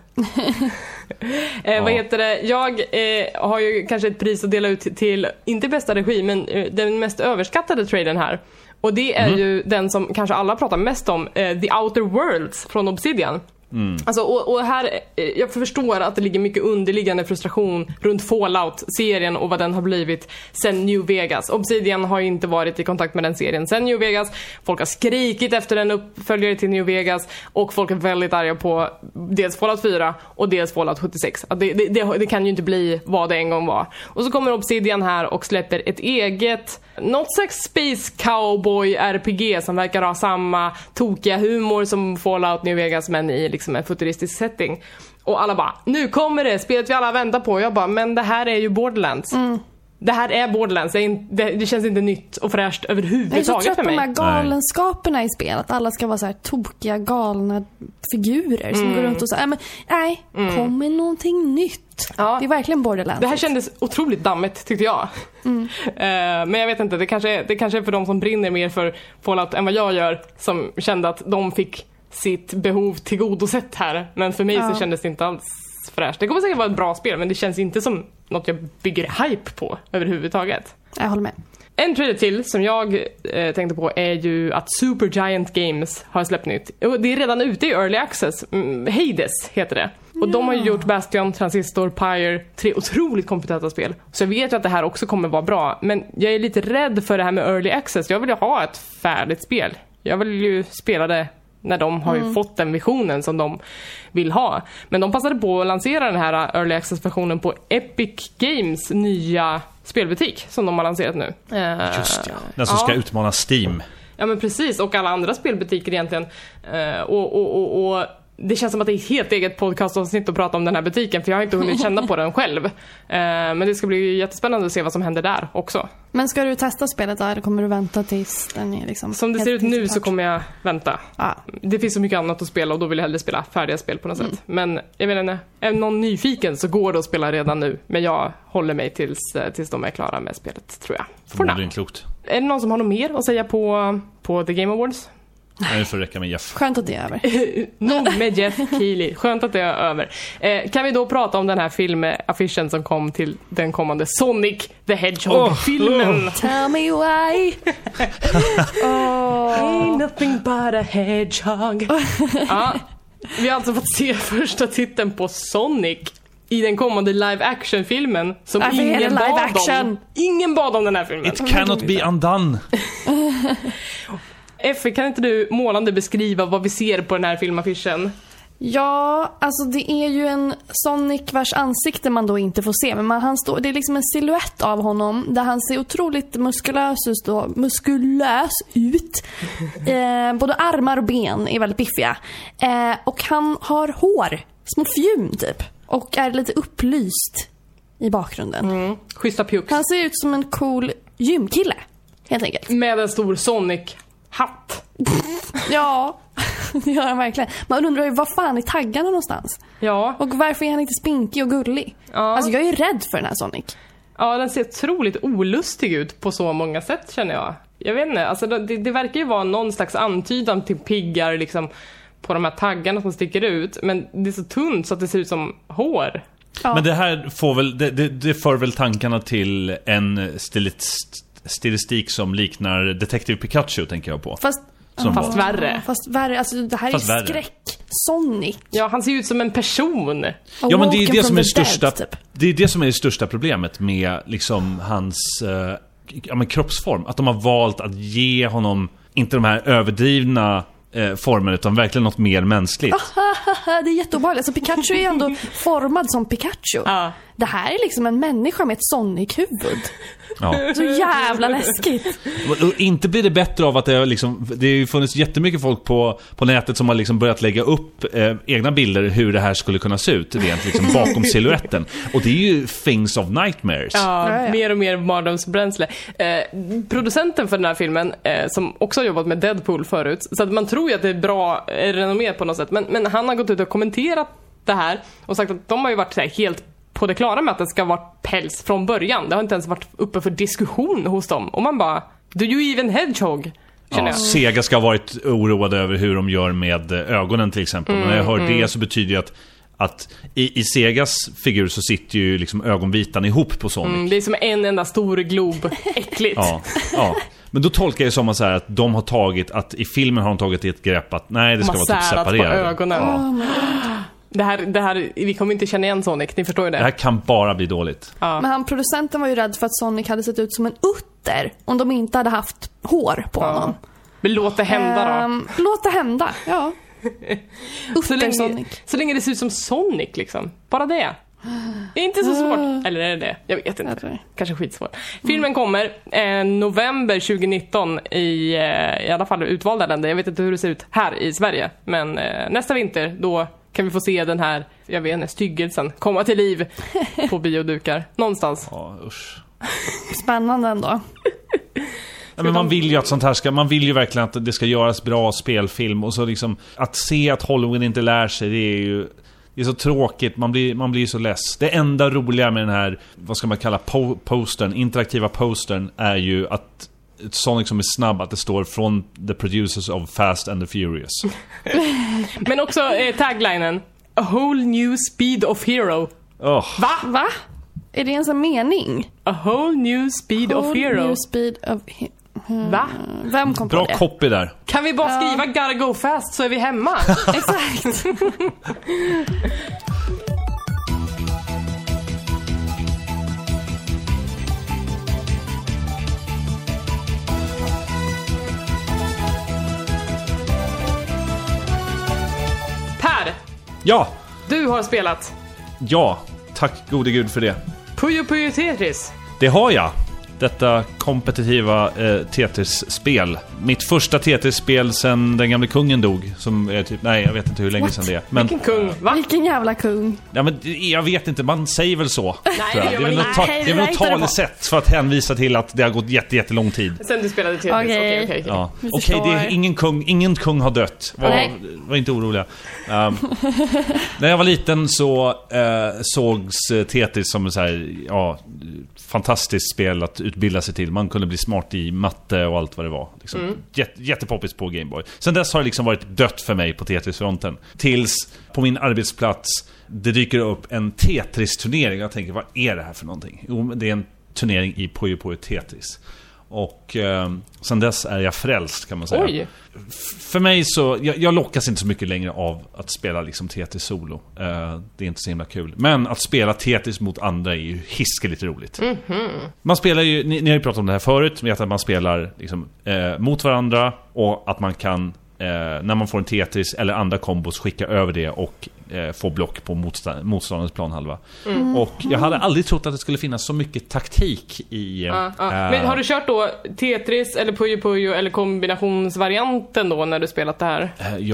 Vad heter det? Jag har ju kanske ett pris att dela ut till, inte bästa regi, men den mest överskattade trailern här. Och det är ju den som kanske alla pratar mest om, The Outer Worlds från Obsidian. Alltså, och här, jag förstår att det ligger mycket underliggande frustration runt Fallout-serien och vad den har blivit sen New Vegas. Obsidian har ju inte varit i kontakt med den serien sen New Vegas. Folk har skrikit efter en uppföljare till New Vegas och folk är väldigt arga på dels Fallout 4 och dels Fallout 76. Det kan ju inte bli vad det en gång var. Och så kommer Obsidian här och släpper ett eget, något slags Space Cowboy RPG som verkar ha samma tokiga humor som Fallout New Vegas, men i liksom en futuristisk setting. Och alla bara, nu kommer det, spelet vi alla väntar på. Jag bara, men det här är ju Borderlands. Det här är Borderlands. Det känns inte nytt och fräscht överhuvudtaget för mig. Jag är så trött på de här galenskaperna i spel. Att alla ska vara så här tokiga, galna figurer som går runt och så. Kommer någonting nytt. Ja. Det är verkligen Borderlands. Det här kändes otroligt dammigt, tyckte jag. Men jag vet inte, det kanske är för de som brinner mer för Fallout än vad jag gör, som kände att de fick sitt behov tillgodosett här. Men för mig så kändes det inte alls fräscht. Det kommer säkert vara ett bra spel, men det känns inte som något jag bygger hype på överhuvudtaget. Jag håller med. En trailer till som jag tänkte på är ju att Supergiant Games har släppt nytt. Det är redan ute i Early Access. Hades heter det. Och de har ju gjort Bastion, Transistor, Pyre, 3 otroligt kompetenta spel. Så jag vet ju att det här också kommer vara bra. Men jag är lite rädd för det här med Early Access. Jag vill ju ha ett färdigt spel. Jag vill ju spela det när de har ju fått den visionen som de vill ha. Men de passade på att lansera den här Early Access-versionen på Epic Games nya spelbutik som de har lanserat nu. Just det. Den som ska utmana Steam. Ja, men precis. Och alla andra spelbutiker egentligen. Och det känns som att det är ett helt eget podcastavsnitt att prata om den här butiken, för jag har inte hunnit känna på den själv. Men det ska bli jättespännande att se vad som händer där också. Men ska du testa spelet då, eller kommer du vänta tills den är liksom... Som det ser ut nu så kommer jag vänta. Det finns så mycket annat att spela och då vill jag hellre spela färdiga spel på något sätt. Men jag vet inte, är någon nyfiken så går det att spela redan nu. Men jag håller mig tills de är klara med spelet, tror jag. Förmodligen klokt. Är det någon som har något mer att säga på The Game Awards? Nej, det får räcka med Jeff. Skönt att det är över. Nog med Jeff Keighley. Skönt att det är över. Kan vi då prata om den här filmaffischen som kom till den kommande Sonic the Hedgehog-filmen? Tell me why. Ain't nothing but a hedgehog. Vi har alltså fått se första titeln på Sonic i den kommande live-action-filmen som ingen bad om den här filmen. It cannot be undone. Effe, kan inte du målande beskriva vad vi ser på den här filmaffischen? Ja, alltså det är ju en Sonic vars ansikte man då inte får se. Men det är liksom en silhuett av honom där han ser otroligt muskulös ut. Både armar och ben är väldigt biffiga. Och han har hår, små fjun typ. Och är lite upplyst i bakgrunden. Schyssta pjux. Han ser ut som en cool gymkille, helt enkelt. Med en stor Sonic-hatt. Ja, det gör han verkligen. Man undrar ju, vad fan är taggarna någonstans? Ja. Och varför är han inte spinkig och gullig? Ja. Alltså jag är ju rädd för den här Sonic. Ja, den ser otroligt olustig ut på så många sätt, känner jag. Jag vet inte, alltså det verkar ju vara någon slags antydan till piggar liksom på de här taggarna som sticker ut. Men det är så tunt så att det ser ut som hår. Ja. Men det här får väl, det för väl tankarna till en stilistik som liknar Detective Pikachu, tänker jag på. Fast värre. Fast värre, alltså det här är skräck. Sonic. Ja, han ser ut som en person. Ja, men det är det som är det som är det största problemet med liksom hans kroppsform. Att de har valt att ge honom inte de här överdrivna former, utan verkligen något mer mänskligt. Det är jätteobehagligt. Alltså Pikachu är ju ändå formad som Pikachu. Det här är liksom en människa med ett Sonic-huvud. Ja. Så jävla läskigt. Och inte blir det bättre av att det har ju funnits jättemycket folk på nätet som har liksom börjat lägga upp egna bilder hur det här skulle kunna se ut rent liksom bakom silhuetten. Och det är ju things of nightmares. Ja, mer och mer mardrömsbränsle. Producenten för den här filmen som också har jobbat med Deadpool förut, så att man tror ju att det är bra renommé på något sätt, men han har gått ut och kommenterat det här och sagt att de har ju varit så här helt på det klara med att det ska vara päls från början. Det har inte ens varit uppe för diskussion hos dem. Och man bara, do you even hedgehog? Ja, Sega ska ha varit oroade över hur de gör med ögonen till exempel. Men när jag hör det så betyder det att i Segas figur så sitter ju liksom ögonvitan ihop på Sonic. Det är som en enda stor glob. Äckligt. Ja. Men då tolkar jag det som att, så här, att de har tagit, att i filmen har de tagit ett grepp att nej, det ska vara typ separerat. På ögonen. Det här, vi kommer inte känna igen Sonic, ni förstår ju det. Det här kan bara bli dåligt. Ja. Men producenten var ju rädd för att Sonic hade sett ut som en utter om de inte hade haft hår på honom. Men låt det hända då. Låt det hända, ja. Så länge det ser ut som Sonic liksom. Bara det. Det är inte så svårt. Eller är det? Jag vet inte. Kanske skitsvårt. Filmen kommer november 2019 i alla fall utvalda länder. Jag vet inte hur det ser ut här i Sverige. Men nästa vinter då kan vi få se den här, jag vet inte, styggelsen komma till liv på biodukar. Någonstans. Ja, usch. Spännande ändå. Ja, men man vill ju att sånt här ska, man vill ju verkligen att det ska göras bra spelfilm. Och så liksom, att se att Hollywood inte lär sig, det är så tråkigt, man blir så less. Det enda roliga med den här, vad ska man kalla postern, interaktiva postern, är ju att ett Sonic som är snabb, att det står från the producers of Fast and the Furious. Men också taglinen, a whole new speed of hero. Va? Är det ens en mening? A whole new speed of hero. New speed of Va? Vem kom på det? Bra copy där. Kan vi bara skriva gotta go fast så är vi hemma? Exakt. Per! Ja! Du har spelat Ja, tack gode gud för det. Puyo Puyo Tetris. Det har jag. Detta kompetitiva Tetris-spel. Mitt första Tetris-spel sen den gamla kungen dog. Som är typ, nej jag vet inte hur länge sedan det är. Men, vilken kung, va? Vilken jävla kung. Ja, men jag vet inte, man säger väl så. Nej, det är väl något talesätt för att hänvisa till att det har gått jättelång tid. Sen du spelade Tetris, okej. Ja. Okej, det är ingen kung har dött. Var inte oroliga. När jag var liten så sågs Tetris som en så här, fantastiskt spel att utbilda sig till. Man kunde bli smart i matte och allt vad det var. Liksom. Jättepoppis på Game Boy. Sen dess har det liksom varit dött för mig på Tetris-fronten. Tills på min arbetsplats det dyker upp en Tetris-turnering. Jag tänker, vad är det här för någonting? Jo, det är en turnering i Puyo Puyo Tetris. Och sen dess är jag frälst, kan man säga. Oj. För mig så, jag lockas inte så mycket längre av att spela liksom Tetris solo. Det är inte så himla kul. Men att spela Tetris mot andra är ju hiskeligt roligt. Man spelar ju, ni har ju pratat om det här förut, men att man spelar liksom, mot varandra. Och att man kan, när man får en Tetris eller andra kombos, skicka över det och få block på motståndarens planhalva. Och jag hade aldrig trott att det skulle finnas så mycket taktik i... Men har du kört då Tetris eller Puyo Puyo eller kombinationsvarianten då när du spelat det här?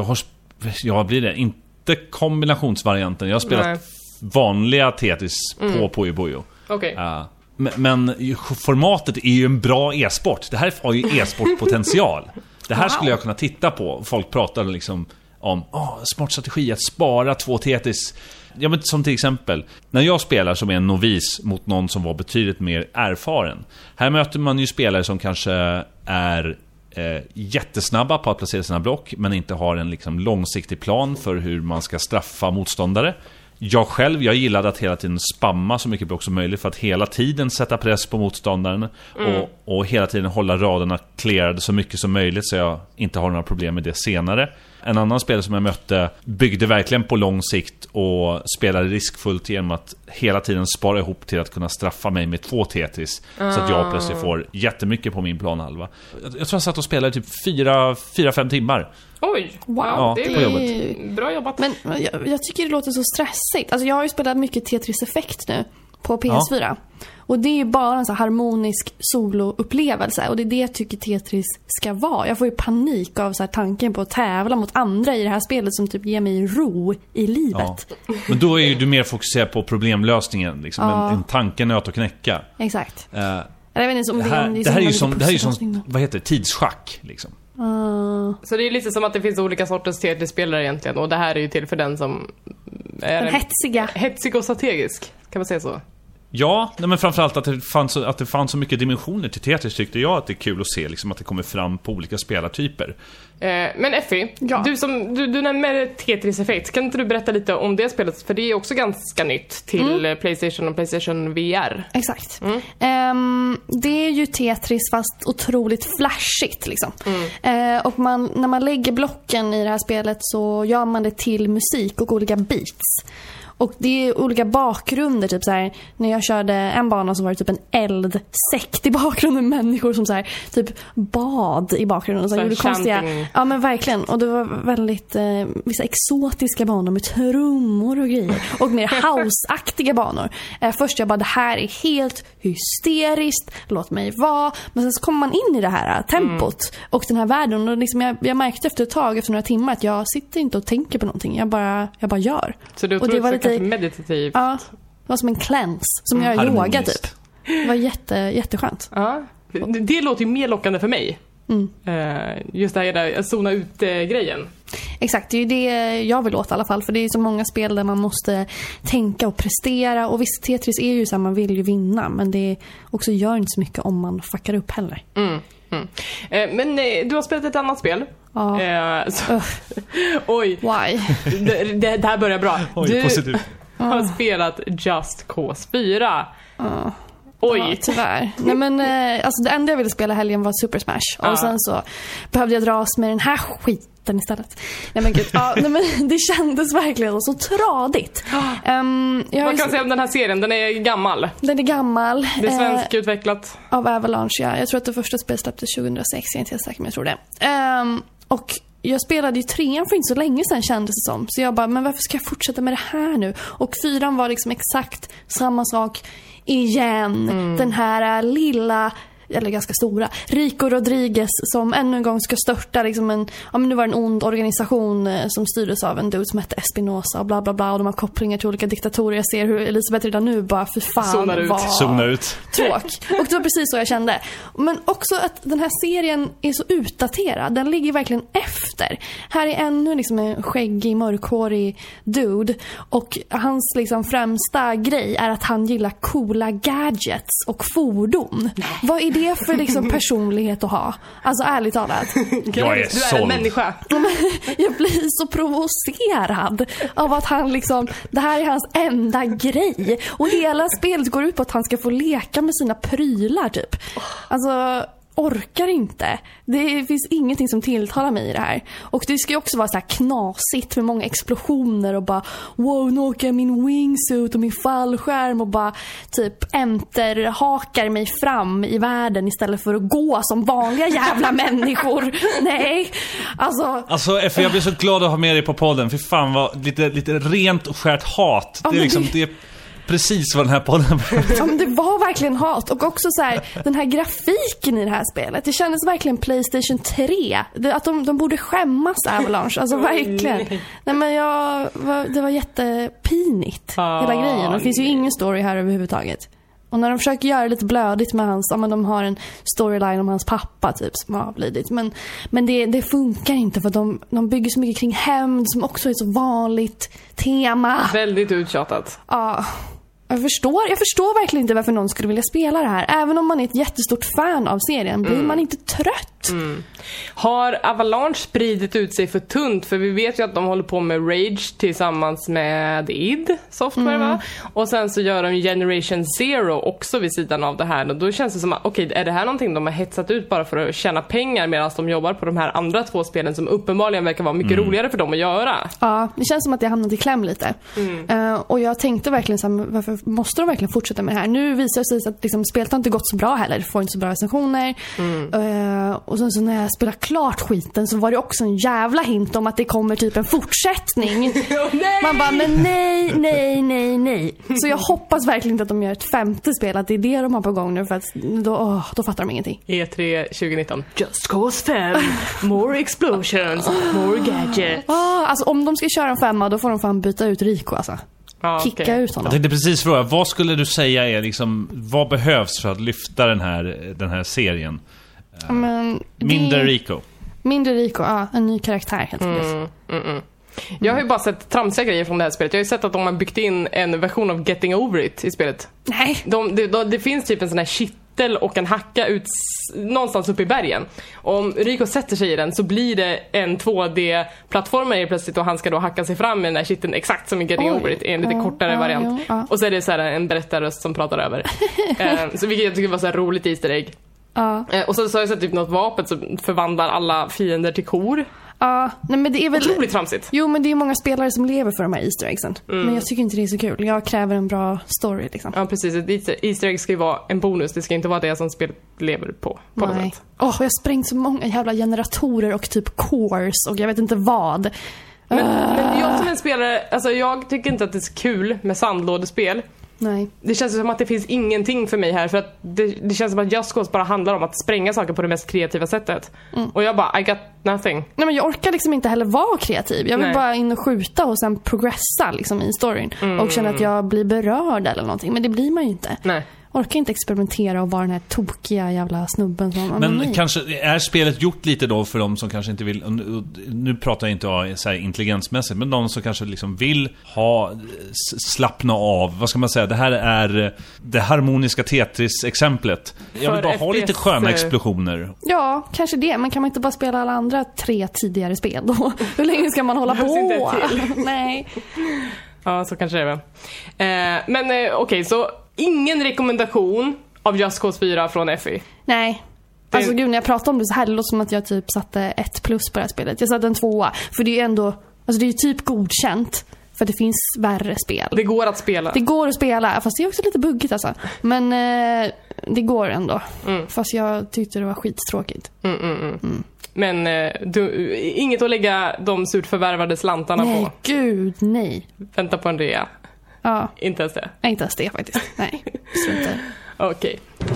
Jag blir det. Inte kombinationsvarianten. Jag har spelat vanliga Tetris på Puyo Puyo. Okej. Men formatet är ju en bra e-sport. Det här har ju e-sportpotential. Det här skulle jag kunna titta på. Folk pratar liksom om smart strategi att spara 2 Tetris. Ja, men som till exempel när jag spelar som är en novis mot någon som var betydligt mer erfaren. Här möter man ju spelare som kanske är jättesnabba på att placera sina block, men inte har en liksom långsiktig plan för hur man ska straffa motståndare. Jag gillade att hela tiden spamma så mycket block som möjligt för att hela tiden sätta press på motståndaren och hela tiden hålla raderna clearade så mycket som möjligt så jag inte har några problem med det senare. En annan spelare som jag mötte byggde verkligen på lång sikt och spelade riskfullt genom att hela tiden spara ihop till att kunna straffa mig med 2 Tetris så att jag plötsligt får jättemycket på min planhalva. Jag tror jag satt och spelade typ 4-5 timmar. Oj, wow, ja, det är bra jobbat. Men jag tycker det låter så stressigt. Alltså jag har ju spelat mycket Tetris-effekt nu på PS4. Ja. Och det är ju bara en så harmonisk soloupplevelse. Och det är det jag tycker Tetris ska vara. Jag får ju panik av så här tanken på att tävla mot andra i det här spelet som typ ger mig ro i livet. Ja. Men då är ju du mer fokuserad på problemlösningen. Liksom. En tankenöt att knäcka. Exakt. Det här är ju som vad heter det? Tidsschack liksom. Så det är lite som att det finns olika sorters Tetris-spelare egentligen. Och det här är ju till för den som är den hetsig och strategisk. Kan man säga så? Ja, men framförallt att det fanns så mycket dimensioner till Tetris tyckte jag att det är kul att se liksom, att det kommer fram på olika spelartyper. Men Effie, du nämner Tetris Effect. Kan inte du berätta lite om det spelet? För det är också ganska nytt till PlayStation och PlayStation VR. Exakt. Det är ju Tetris fast otroligt flashigt liksom. Och när man lägger blocken i det här spelet så gör man det till musik och olika beats. Och det är olika bakgrunder, typ så här, när jag körde en bana så var det typ en eldsekt i bakgrunden, människor som så här, typ bad i bakgrunden och så gjorde konstiga. Ja men verkligen, och det var väldigt vissa exotiska banor med trummor och grejer och mer house-aktiga banor. Först jag bara, det här är helt hysteriskt, låt mig vara. Men sen så kommer man in i det här tempot och den här världen och liksom jag märkte efter ett tag, efter några timmar, att jag sitter inte och tänker på någonting, jag bara gör. Så det, och det var lite meditativt. Ja, det var som en cleanse, som jag yoga typ. Det var jätteskönt. Ja, det låter ju mer lockande för mig. Just det här att zona ut grejen. Exakt, det är ju det jag vill åt i alla fall. För det är så många spel där man måste tänka och prestera. Och visst, Tetris är ju så här, man vill ju vinna. Men det också gör inte så mycket om man fuckar upp heller. Men du har spelat ett annat spel. Ja. Oj. Why? Det här börjar bra. Oj, positivt. Har spelat Just Cause 4. Oj. Ja, tyvärr. Nej, men alltså det enda jag ville spela helgen var Super Smash. Och sen så behövde jag dras med den här skiten istället. Nej men gud, nej, men det kändes verkligen så tradigt. Vad kan jag säga om den här serien? Den är gammal. Den är gammal. Det är svensk utvecklat. Av Avalanche, ja. Jag tror att det första spelet släpptes 2006. Jag är inte helt säker, men jag tror det. Och jag spelade ju 3 för inte så länge sedan, kändes det som. Så jag bara, men varför ska jag fortsätta med det här nu? Och 4 var liksom exakt samma sak igen. Den här lilla, eller ganska stora, Rico Rodriguez som ännu en gång ska störta liksom men nu var det en ond organisation som styrdes av en dude som hette Espinosa och bla bla bla, och de har kopplingar till olika diktatorer. Jag ser hur Elisabeth redan nu bara för fan zonar ut. Tråk. Och det var precis så jag kände. Men också att den här serien är så utdaterad. Den ligger verkligen efter. Här är ännu liksom en skäggig, mörkhårig dude, och hans liksom främsta grej är att han gillar coola gadgets och fordon. Vad är det för liksom personlighet att ha? Alltså ärligt talat. Jag är du är en människa. Jag blir så provocerad av att han liksom, det här är hans enda grej. Och hela spelet går ut på att han ska få leka med sina prylar typ. Alltså orkar inte. Det finns ingenting som tilltalar mig i det här. Och det ska ju också vara så här knasigt med många explosioner och bara wow, nu åker jag min wingsuit och min fallskärm och bara typ hakar mig fram i världen istället för att gå som vanliga jävla människor. Nej. Alltså jag blir så glad att ha med dig på podden. För fan vad lite rent och skärt hat. Det är liksom det precis vad den här podden var. Ja, men det var verkligen hat. Och också så här, den här grafiken i det här spelet, det kändes verkligen PlayStation 3. Att de borde skämmas, Avalanche. Alltså verkligen. Nej, men det var jättepinigt hela grejen. Det finns ju ingen story här överhuvudtaget. Och när de försöker göra det lite blödigt med hans, men de har en storyline om hans pappa typ som har avlidit. Men det funkar inte, för de bygger så mycket kring hämnd som också är ett så vanligt tema. Väldigt uttjatat. Ja. Jag förstår verkligen inte varför någon skulle vilja spela det här. Även om man är ett jättestort fan av serien blir man inte trött. Har Avalanche spridit ut sig för tunt? För vi vet ju att de håller på med Rage tillsammans med id Software va? Och sen så gör de Generation Zero också vid sidan av det här. Och då känns det som att okej, är det här någonting de har hetsat ut bara för att tjäna pengar medan de jobbar på de här andra 2 spelen som uppenbarligen verkar vara mycket roligare för dem att göra? Ja, det känns som att jag hamnat i kläm lite. Och jag tänkte verkligen så här, varför måste de verkligen fortsätta med det här? Nu visar det sig att liksom, spelet har inte gått så bra heller. Det får inte så bra recensioner. Och sen så när jag spelade klart skiten så var det också en jävla hint om att det kommer typ en fortsättning. Man bara, men nej. Så jag hoppas verkligen inte att de gör ett 5:e spel, att det är det de har på gång nu, för att då fattar de ingenting. E3 2019. Just Cause 5. More explosions. More gadgets. Alltså om de ska köra en 5, då får de fan byta ut Rico alltså. Kicka ut honom. Jag tänkte precis fråga, vad skulle du säga är liksom, vad behövs för att lyfta den här serien? Men Mindre Rico. Mindre Rico, en ny karaktär helt enkelt. Jag har ju bara sett tramsiga grejer från det här spelet. Jag har ju sett att de har byggt in en version av Getting Over It i spelet. Nej. Det finns typ en sån här kittel och en hacka ut någonstans uppe i bergen. Och om Rico sätter sig i den så blir det en 2D-plattform plötsligt, och han ska då hacka sig fram med den här kitteln exakt som i Getting Over It, en lite kortare variant. Och så är det så här en berättarröst som pratar över. Så vilket jag tycker var så här roligt Easter egg. Och så har jag sett typ något vapen som förvandlar alla fiender till kor. Nej, men det är väl otroligt tramsigt. Jo, men det är många spelare som lever för de här Easter eggsen. Men jag tycker inte det är så kul. Jag kräver en bra story liksom. Ja, precis. Ett Easter egg ska ju vara en bonus. Det ska inte vara det som spelet lever på något sätt. Jag har sprängt så många jävla generatorer och typ cores och jag vet inte vad. Men jag som en spelare, alltså jag tycker inte att det är så kul med sandlådespel. Nej. Det känns som att det finns ingenting för mig här, för att det känns som att Just Cause bara handlar om att spränga saker på det mest kreativa sättet. Och jag bara, I got nothing. Nej, men jag orkar liksom inte heller vara kreativ. Jag vill bara in och skjuta och sen progressa liksom i storyn. Och känna att jag blir berörd eller någonting. Men det blir man ju inte. Nej. Orkar inte experimentera och vara den här tokiga jävla snubben som... Men kanske är spelet gjort lite då för de som kanske inte vill... Nu pratar jag inte om så här intelligensmässigt, men de som kanske liksom vill slappna av. Vad ska man säga? Det här är det harmoniska Tetris-exemplet. Jag vill bara ha lite sköna explosioner. Ja, kanske det. Men kan man inte bara spela alla andra 3 tidigare spel då? Hur länge ska man hålla på? Nej. Ja, så kanske det är. Men okej, så... Ingen rekommendation av Just Cause 4 från FI. Nej. Alltså gud, när jag pratar om det så här, det låter som att jag typ satte 1+ på det här spelet. Jag satte en 2. För det är ju ändå, alltså det är ju typ godkänt. För det finns värre spel. Det går att spela. Det går att spela, fast det är också lite buggigt alltså. Men det går ändå. Fast jag tyckte det var skittråkigt. Men inget att lägga de surt förvärvade slantarna på. Nej, gud, nej. Vänta på en rea. Ja. Inte ens det? Nej, inte ens det faktiskt. Nej, sluta. Okej.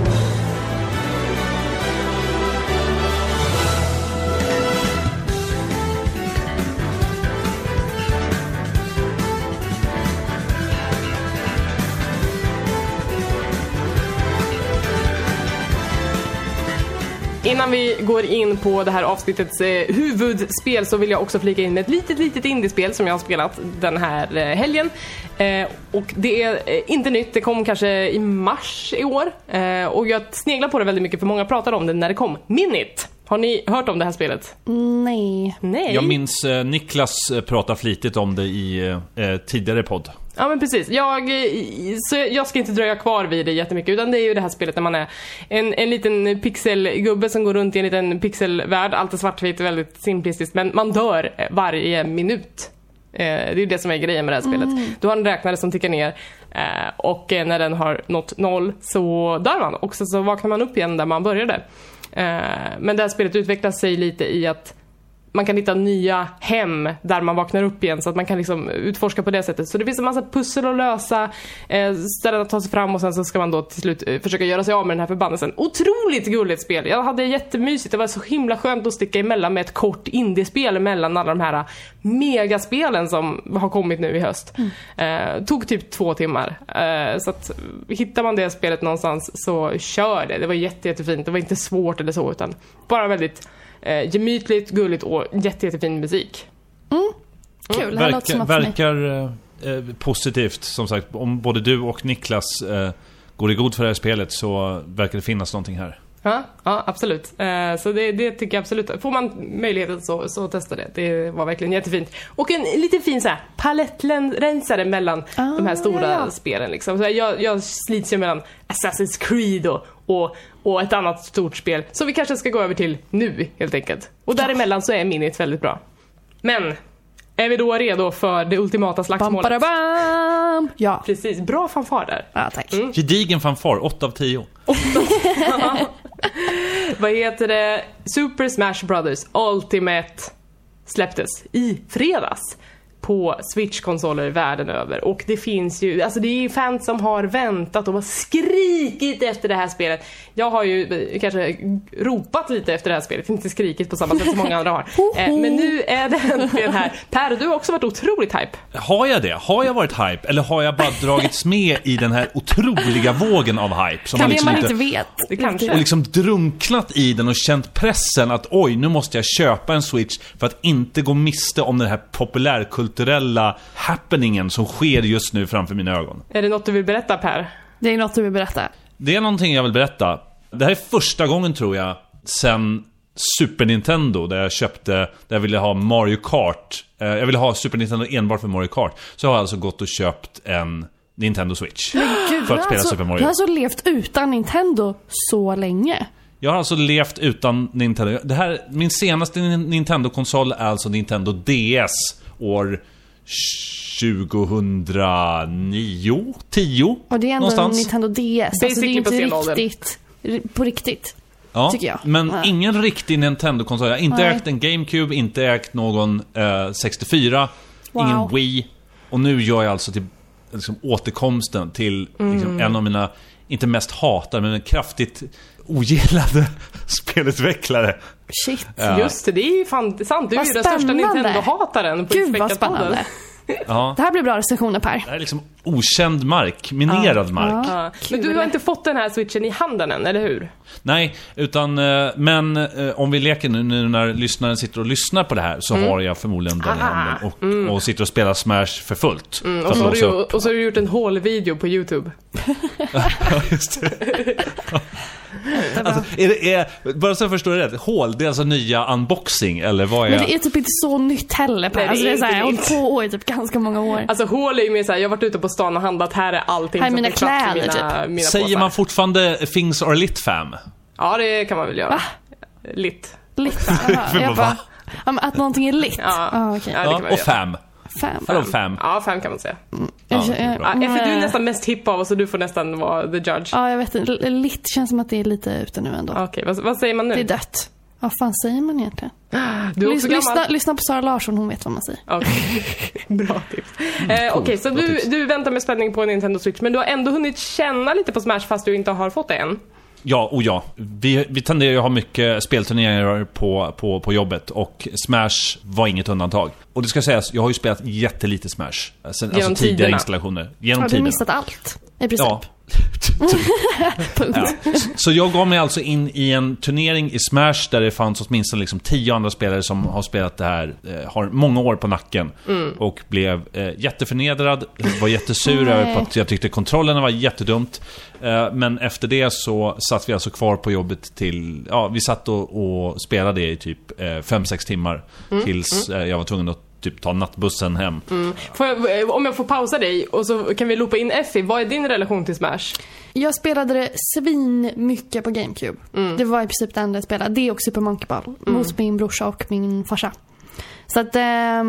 Innan vi går in på det här avsnittets huvudspel så vill jag också flika in med ett litet indiespel som jag har spelat den här helgen. Och det är inte nytt, det kom kanske i mars i år. Och jag sneglar på det väldigt mycket för många pratade om det när det kom. Minit! Har ni hört om det här spelet? Nej. Jag minns Niklas prata flitigt om det i tidigare podd. Ja, men precis. Jag ska inte dröja kvar vid det jättemycket, utan det är ju det här spelet där man är en liten pixelgubbe som går runt i en liten pixelvärld. Allt är svartvitt och väldigt simplistiskt, men man dör varje minut. Det är ju det som är grejen med det här spelet. Du har en räknare som tickar ner och när den har nått 0 så dör man. Och så vaknar man upp igen där man började. Men det här spelet utvecklas sig lite i att man kan hitta nya hem där man vaknar upp igen, så att man kan liksom utforska på det sättet. Så det finns en massa pussel att lösa, ställen att ta sig fram, och sen så ska man då till slut försöka göra sig av med den här förbannelsen. Otroligt gulligt spel. Jag hade jättemysigt. Det var så himla skönt att sticka emellan med ett kort indiespel mellan alla de här megaspelen som har kommit nu i höst. Tog typ 2 timmar. Så att hittar man det spelet någonstans så kör det. Det var jättefint. Det var inte svårt eller så, utan bara väldigt gemytligt, gulligt och jättefin musik. Kul, verkar positivt, som sagt. Om både du och Niklas går i god för det här spelet så verkar det finnas någonting här. Ja, absolut. Så det tycker jag absolut. Får man möjligheten så testa det. Det var verkligen jättefint. Och en lite fin så här palettrensare mellan de här stora spelen liksom. Så jag slits ju mellan Assassin's Creed och ett annat stort spel. Så vi kanske ska gå över till nu helt enkelt. Och däremellan så är Minit väldigt bra. Men är vi då redo för det ultimata slagsmålet? Bam, ja. Precis, bra fanfar där. Ja, tack. Gedigen fanfar, 8 av 10. Vad heter det? Super Smash Brothers Ultimate släpptes i fredags på Switch-konsoler världen över. Och det finns ju, alltså det är ju fans som har väntat och har skrikit efter det här spelet. Jag har ju kanske ropat lite efter det här spelet, inte skrikit på samma sätt som många andra har. Men nu är det äntligen här. Per, du har också varit otroligt hype. Har jag det? Har jag varit hype? Eller har jag bara dragits med i den här otroliga vågen av hype? Som Kan liksom man inte vet. Det kanske. och liksom drunknat i den och känt pressen att oj, nu måste jag köpa en Switch för att inte gå miste om den här populärkulturella happeningen som sker just nu framför mina ögon. Är det något du vill berätta, Per? Det är något du vill berätta. Det är någonting jag vill berätta. Det här är första gången, tror jag, sen Super Nintendo, där jag ville ha Mario Kart. Jag ville ha Super Nintendo enbart för Mario Kart. Så jag har alltså gått och köpt en Nintendo Switch. Men gud, för att spela Super Mario. Du har alltså levt utan Nintendo så länge. Jag har alltså levt utan Nintendo. Min senaste Nintendo-konsol är alltså Nintendo DS år 2009, 10 Och det är ändå någonstans. Nintendo DS. Alltså det är Basically inte på sen riktigt på riktigt. Ja, tycker jag. men Ja. ingen riktig Nintendo-konsol. Jag har inte ägt en GameCube, inte ägt någon 64, ingen Wii. Och nu gör jag alltså till liksom, återkomsten till liksom, en av mina, inte mest hatade, men kraftigt ogillade spelutvecklare. Shit. Just det, det är ju fan sant. Du är Vad ju den största spännande. Nintendo-hataren på Gud vad Xpeckat-podden. spännande. Ja. Det här blir bra recensioner, Per. Det här är liksom okänd mark, minerad mark. Ja. Men du har inte fått den här Switchen i handen än, eller hur? Nej, utan men om vi leker nu när lyssnaren sitter och lyssnar på det här, så har jag förmodligen den i handen och sitter och spelar Smash för fullt. För Och så, att och så har du gjort en haul-video på YouTube. Ja, just det. Alltså, bara så jag förstår det rätt, hål, det är alltså nya unboxing, eller vad är... Men det är typ inte så nytt heller, Per. Nej, Alltså, det är så här, jag har inte hållit på i typ ganska många år. Alltså hål är ju mer såhär, jag har varit ute på stan och handlat, här är allting Här är som mina finns plats för kläder, mina Säger påsar. man fortfarande things are lit, fam? Ja, det kan man väl göra. Lit. Litt. Jag bara, ja, men att någonting är litt. Ja. Okej. Ja, det kan man och göra. fam. Fem. Hallå, fam. Ja, 5 kan man säga. Jag- det är jag- bra. Ja, för du är nästan mest hipp av oss, så du får nästan vara the judge. Ja, jag vet inte. Litt känns som att det är lite ute nu ändå. Okej, vad säger man nu? Det är dött. Vad fan säger man egentligen? Du är också gammal. Lyssna på Sara Larsson, hon vet vad man säger. Okej, bra tips. Okej, så bra tips. du väntar med spänning på Nintendo Switch, men du har ändå hunnit känna lite på Smash fast du inte har fått det än. Ja. Vi tenderar ju att ha mycket spelturneringar på jobbet, och Smash var inget undantag. Och det ska sägas, jag har ju spelat jättelite Smash. Alltså tidigare tiderna. installationer. Genom Har du tiden. missat allt? I princip. Ja. Punkt. Ja. Så jag gav mig alltså in i en turnering i Smash där det fanns åtminstone liksom 10 andra spelare som har spelat det här, har många år på nacken, och blev jätteförnedrad, var jättesur över på att jag tyckte kontrollerna var jättedumt. Men efter det så satt vi alltså kvar på jobbet till, vi satt och spelade i typ 5-6 timmar tills jag var tvungen att typ ta nattbussen hem. Om jag får pausa dig och så kan vi loopa in Effie, vad är din relation till Smash? Jag spelade det svin mycket på GameCube. Det var i princip det enda jag spelade. Det och Super Monkey Ball. Mot min brorsa och min farsa. Så att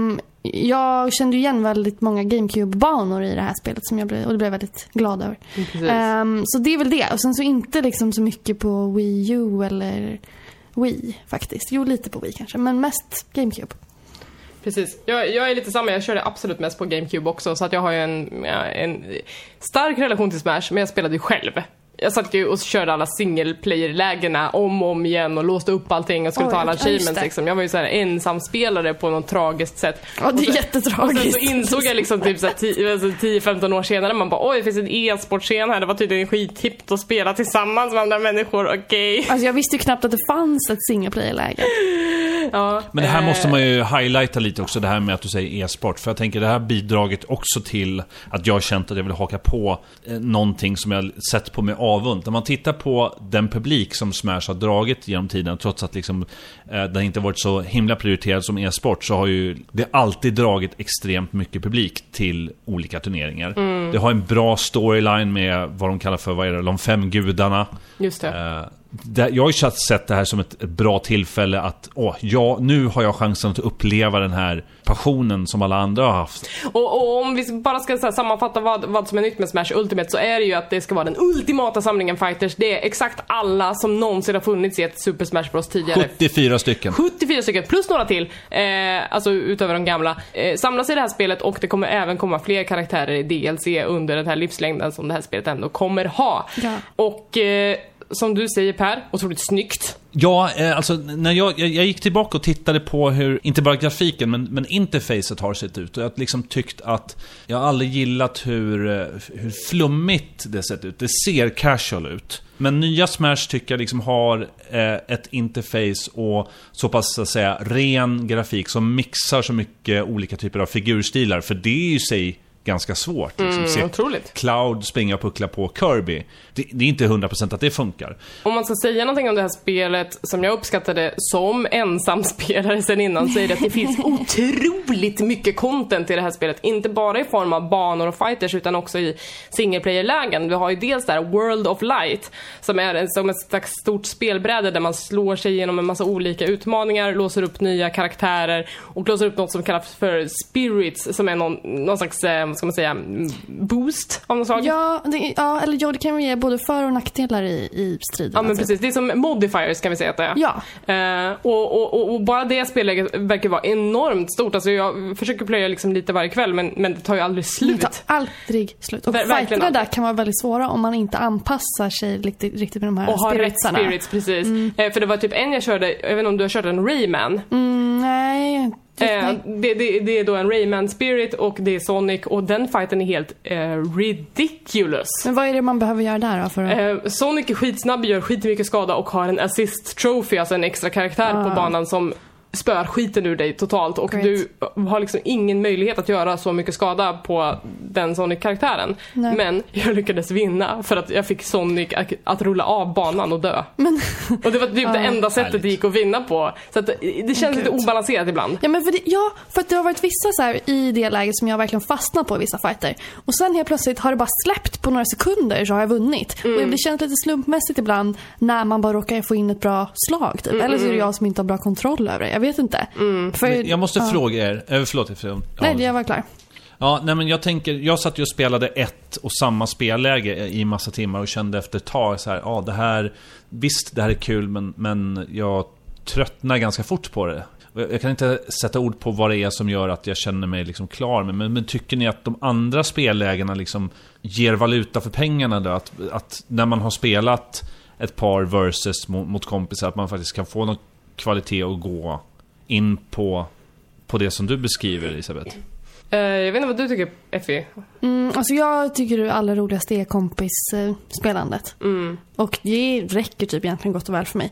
jag kände ju igen väldigt många GameCube-banor i det här spelet som jag blev väldigt glad över. Så det är väl det. Och sen så inte liksom så mycket på Wii U eller Wii faktiskt. Jo, lite på Wii kanske. Men mest GameCube. Precis, jag är lite samma, jag körde absolut mest på GameCube också, så att jag har ju en stark relation till Smash, men jag spelade ju själv. Jag satt ju och körde alla single-player-lägena om och om igen och låste upp allting och skulle ta alla achievements liksom. Jag var ju så här ensamspelare på något tragiskt sätt. Ja, det är och jättetragiskt. sen så insåg jag liksom typ 10-15 år senare, man bara oj, det finns en e-sportscen här, det var tydligen skithippt att spela tillsammans med andra människor, okej. Alltså jag visste ju knappt att det fanns ett single-player-läge. Ja, Men det här måste man ju highlighta lite också, det här med att du säger e-sport. För jag tänker det här bidraget också till att jag har känt att jag vill haka på någonting som jag sett på med avund. När man tittar på den publik som Smash har dragit genom tiden, trots att liksom, den inte varit så himla prioriterad som e-sport, så har ju det alltid dragit extremt mycket publik till olika turneringar. Det har en bra storyline med vad de kallar för, vad är det, de 5 gudarna. just det. jag har ju sett det här som ett bra tillfälle att nu har jag chansen att uppleva den här passionen som alla andra har haft. Och om vi bara ska sammanfatta vad som är nytt med Smash Ultimate, så är det ju att det ska vara den ultimata samlingen fighters. Det är exakt alla som någonsin har funnits i ett Super Smash Bros tidigare. 74 stycken plus några till, alltså utöver de gamla, samlas i det här spelet. Och det kommer även komma fler karaktärer i DLC under den här livslängden som det här spelet ändå kommer ha. Och som du säger, Per, otroligt snyggt. Ja, alltså när jag gick tillbaka och tittade på hur, inte bara grafiken men interfacet har sett ut, och jag liksom tyckt att jag aldrig gillat hur flummigt det sett ut. Det ser casual ut. Men nya Smash tycker jag liksom har ett interface och så pass så att säga ren grafik som mixar så mycket olika typer av figurstilar, för det är ju sig ganska svårt. Liksom. Otroligt. Cloud springa och puckla på Kirby. Det är inte 100% att det funkar. Om man ska säga någonting om det här spelet som jag uppskattade som ensam spelare sen innan, så är det att det finns otroligt mycket content i det här spelet. Inte bara i form av banor och fighters, utan också i singleplayer-lägen. Vi har ju dels där World of Light, som är som ett slags stort spelbräde där man slår sig igenom en massa olika utmaningar, låser upp nya karaktärer och låser upp något som kallas för spirits, som är någon slags ska man säga, boost av något slag. Det kan ju ge både för- och nackdelar i striden. Ja, men precis. Det är som modifiers, kan vi säga att det är. Ja. Och bara det spelläget verkar vara enormt stort. Alltså jag försöker plöja liksom lite varje kväll, men det tar ju aldrig slut. Det tar aldrig slut. Och fighterna där kan vara väldigt svåra om man inte anpassar sig riktigt med de här och spiritsarna. Och har rätt spirits, precis. För det var typ en jag körde, jag vet inte om du har kört en Rayman. Nej. Det är då en Rayman Spirit och det är Sonic, och den fighten är helt ridiculous. Men vad är det man behöver göra där då för Sonic är skitsnabb, gör skitmycket skada och har en assist trophy, alltså en extra karaktär på banan som spör skiten ur dig totalt, och du har liksom ingen möjlighet att göra så mycket skada på den Sonic-karaktären. Men jag lyckades vinna för att jag fick Sonic att rulla av banan och dö. Och det var typ det enda sättet det gick att vinna på. Så att det känns lite obalanserat ibland. Ja, men för att det har varit vissa så här i det läget som jag verkligen fastnat på i vissa fighter. Och sen helt plötsligt har det bara släppt på några sekunder, så har jag vunnit. Och det känns lite slumpmässigt ibland när man bara råkar få in ett bra slag typ. Eller så är det jag som inte har bra kontroll över det. Jag vet inte. För, jag måste fråga er. Förlåt. Nej, jag var klar. Ja, nej, men jag satt ju och spelade ett och samma spelläge i massa timmar och kände efter ett tag så här, det här, visst det här är kul, men jag tröttnar ganska fort på det. Jag kan inte sätta ord på vad det är som gör att jag känner mig liksom klar, men tycker ni att de andra spellägena liksom ger valuta för pengarna då? Att när man har spelat ett par versus mot kompisar, att man faktiskt kan få någon kvalitet och gå in på det som du beskriver, Elisabeth? Jag vet inte vad du tycker, Effie. Alltså jag tycker det allra roligaste är kompisspelandet. Och det räcker typ egentligen gott och väl för mig.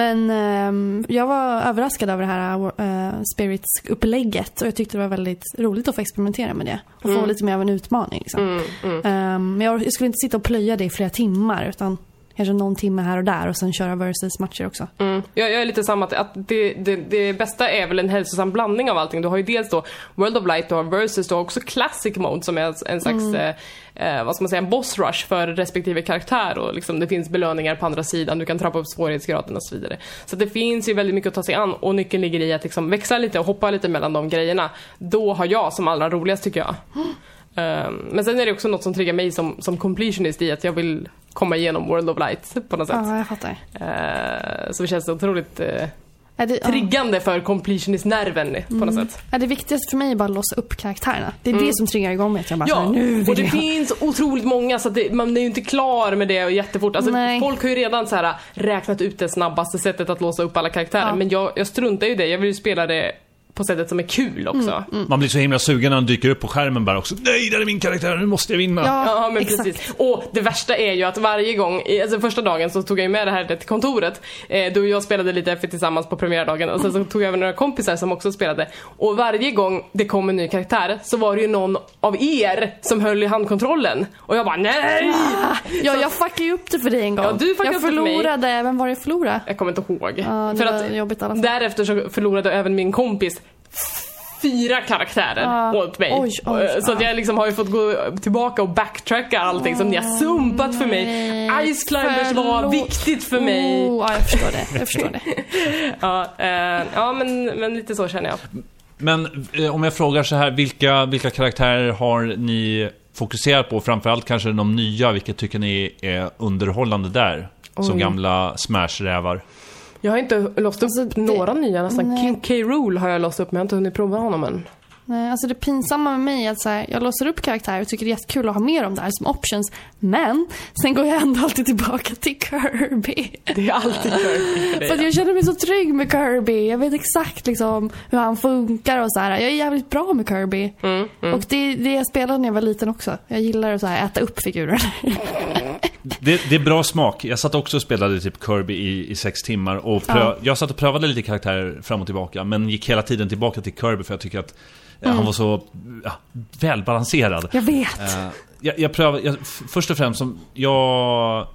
Men jag var överraskad över det här Spirits-upplägget, och jag tyckte det var väldigt roligt att få experimentera med det. Och få lite mer av en utmaning liksom. Men jag skulle inte sitta och plöja det i flera timmar, utan kanske någon timme här och där och sen köra versus-matcher också. Jag är lite samma att det bästa är väl en hälsosam blandning av allting. Du har ju dels då World of Light, du har versus, du har också Classic Mode som är en slags vad ska man säga, en boss rush för respektive karaktär, och liksom det finns belöningar på andra sidan, du kan trappa upp svårighetsgraden och så vidare. Så det finns ju väldigt mycket att ta sig an, och nyckeln ligger i att liksom växa lite och hoppa lite mellan de grejerna. Då har jag som allra roligast, tycker jag. Men sen är det också något som triggar mig som completionist i att jag vill komma igenom World of Light på något sätt. Ja, jag fattar. Så det känns otroligt triggande för completionist-nerven på något sätt. Det viktigaste för mig är bara att låsa upp karaktärerna. Det är det som triggar igång mig. Att jag bara och det finns otroligt många, så att man är ju inte klar med det jättefort. Alltså, folk har ju redan så här räknat ut det snabbaste sättet att låsa upp alla karaktärer. Men jag struntar ju det. Jag vill ju spela det på sättet som är kul också. Man blir så himla sugen när han dyker upp på skärmen bara också. Nej, där är min karaktär, nu måste jag vinna. Ja, men exakt. Precis. Och det värsta är ju att varje gång, alltså första dagen så tog jag med det här till kontoret. Då jag spelade lite F tillsammans på premiärdagen, och sen så tog jag över några kompisar som också spelade. Och varje gång det kom en ny karaktär så var det ju någon av er som höll i handkontrollen. Och jag bara, nej! Jag fuckade ju upp det för dig en gång. Ja, du fuckade upp det för mig. Jag förlorade, vem var det jag förlorade? Jag kommer inte ihåg. Ja, för att jobbigt, därefter så förlorade även min kompis 4 karaktärer åt mig. Oj, så att jag liksom har ju fått gå tillbaka och backtracka allting som ni har sumpat för mig. Ice Climbers var viktigt för mig. Ja, jag förstår det. Ja, men lite så känner jag. Men om jag frågar så här, vilka karaktärer har ni fokuserat på? Framförallt kanske de nya, vilka tycker ni är underhållande där? Som gamla Smash-rävar. Jag har inte låst upp några nya nästan. King K. Rool har jag låst upp, men jag har inte hunnit prova honom än. Nej, alltså det pinsamma med mig är att så här, jag låser upp karaktärer och tycker det är jättekul att ha mer om det här som options. Men sen går jag ändå alltid tillbaka till Kirby. Det är alltid Kirby. För att jag känner mig så trygg med Kirby. Jag vet exakt liksom hur han funkar och så här. Jag är jävligt bra med Kirby. Och det jag spelade när jag var liten också. Jag gillar att så här, äta upp figurer. Det är bra smak. Jag satt också och spelade typ Kirby i 6 timmar och jag satt och prövade lite karaktärer fram och tillbaka, men gick hela tiden tillbaka till Kirby för jag tycker att han var så välbalanserad. Jag vet. Jag prövade först och främst som jag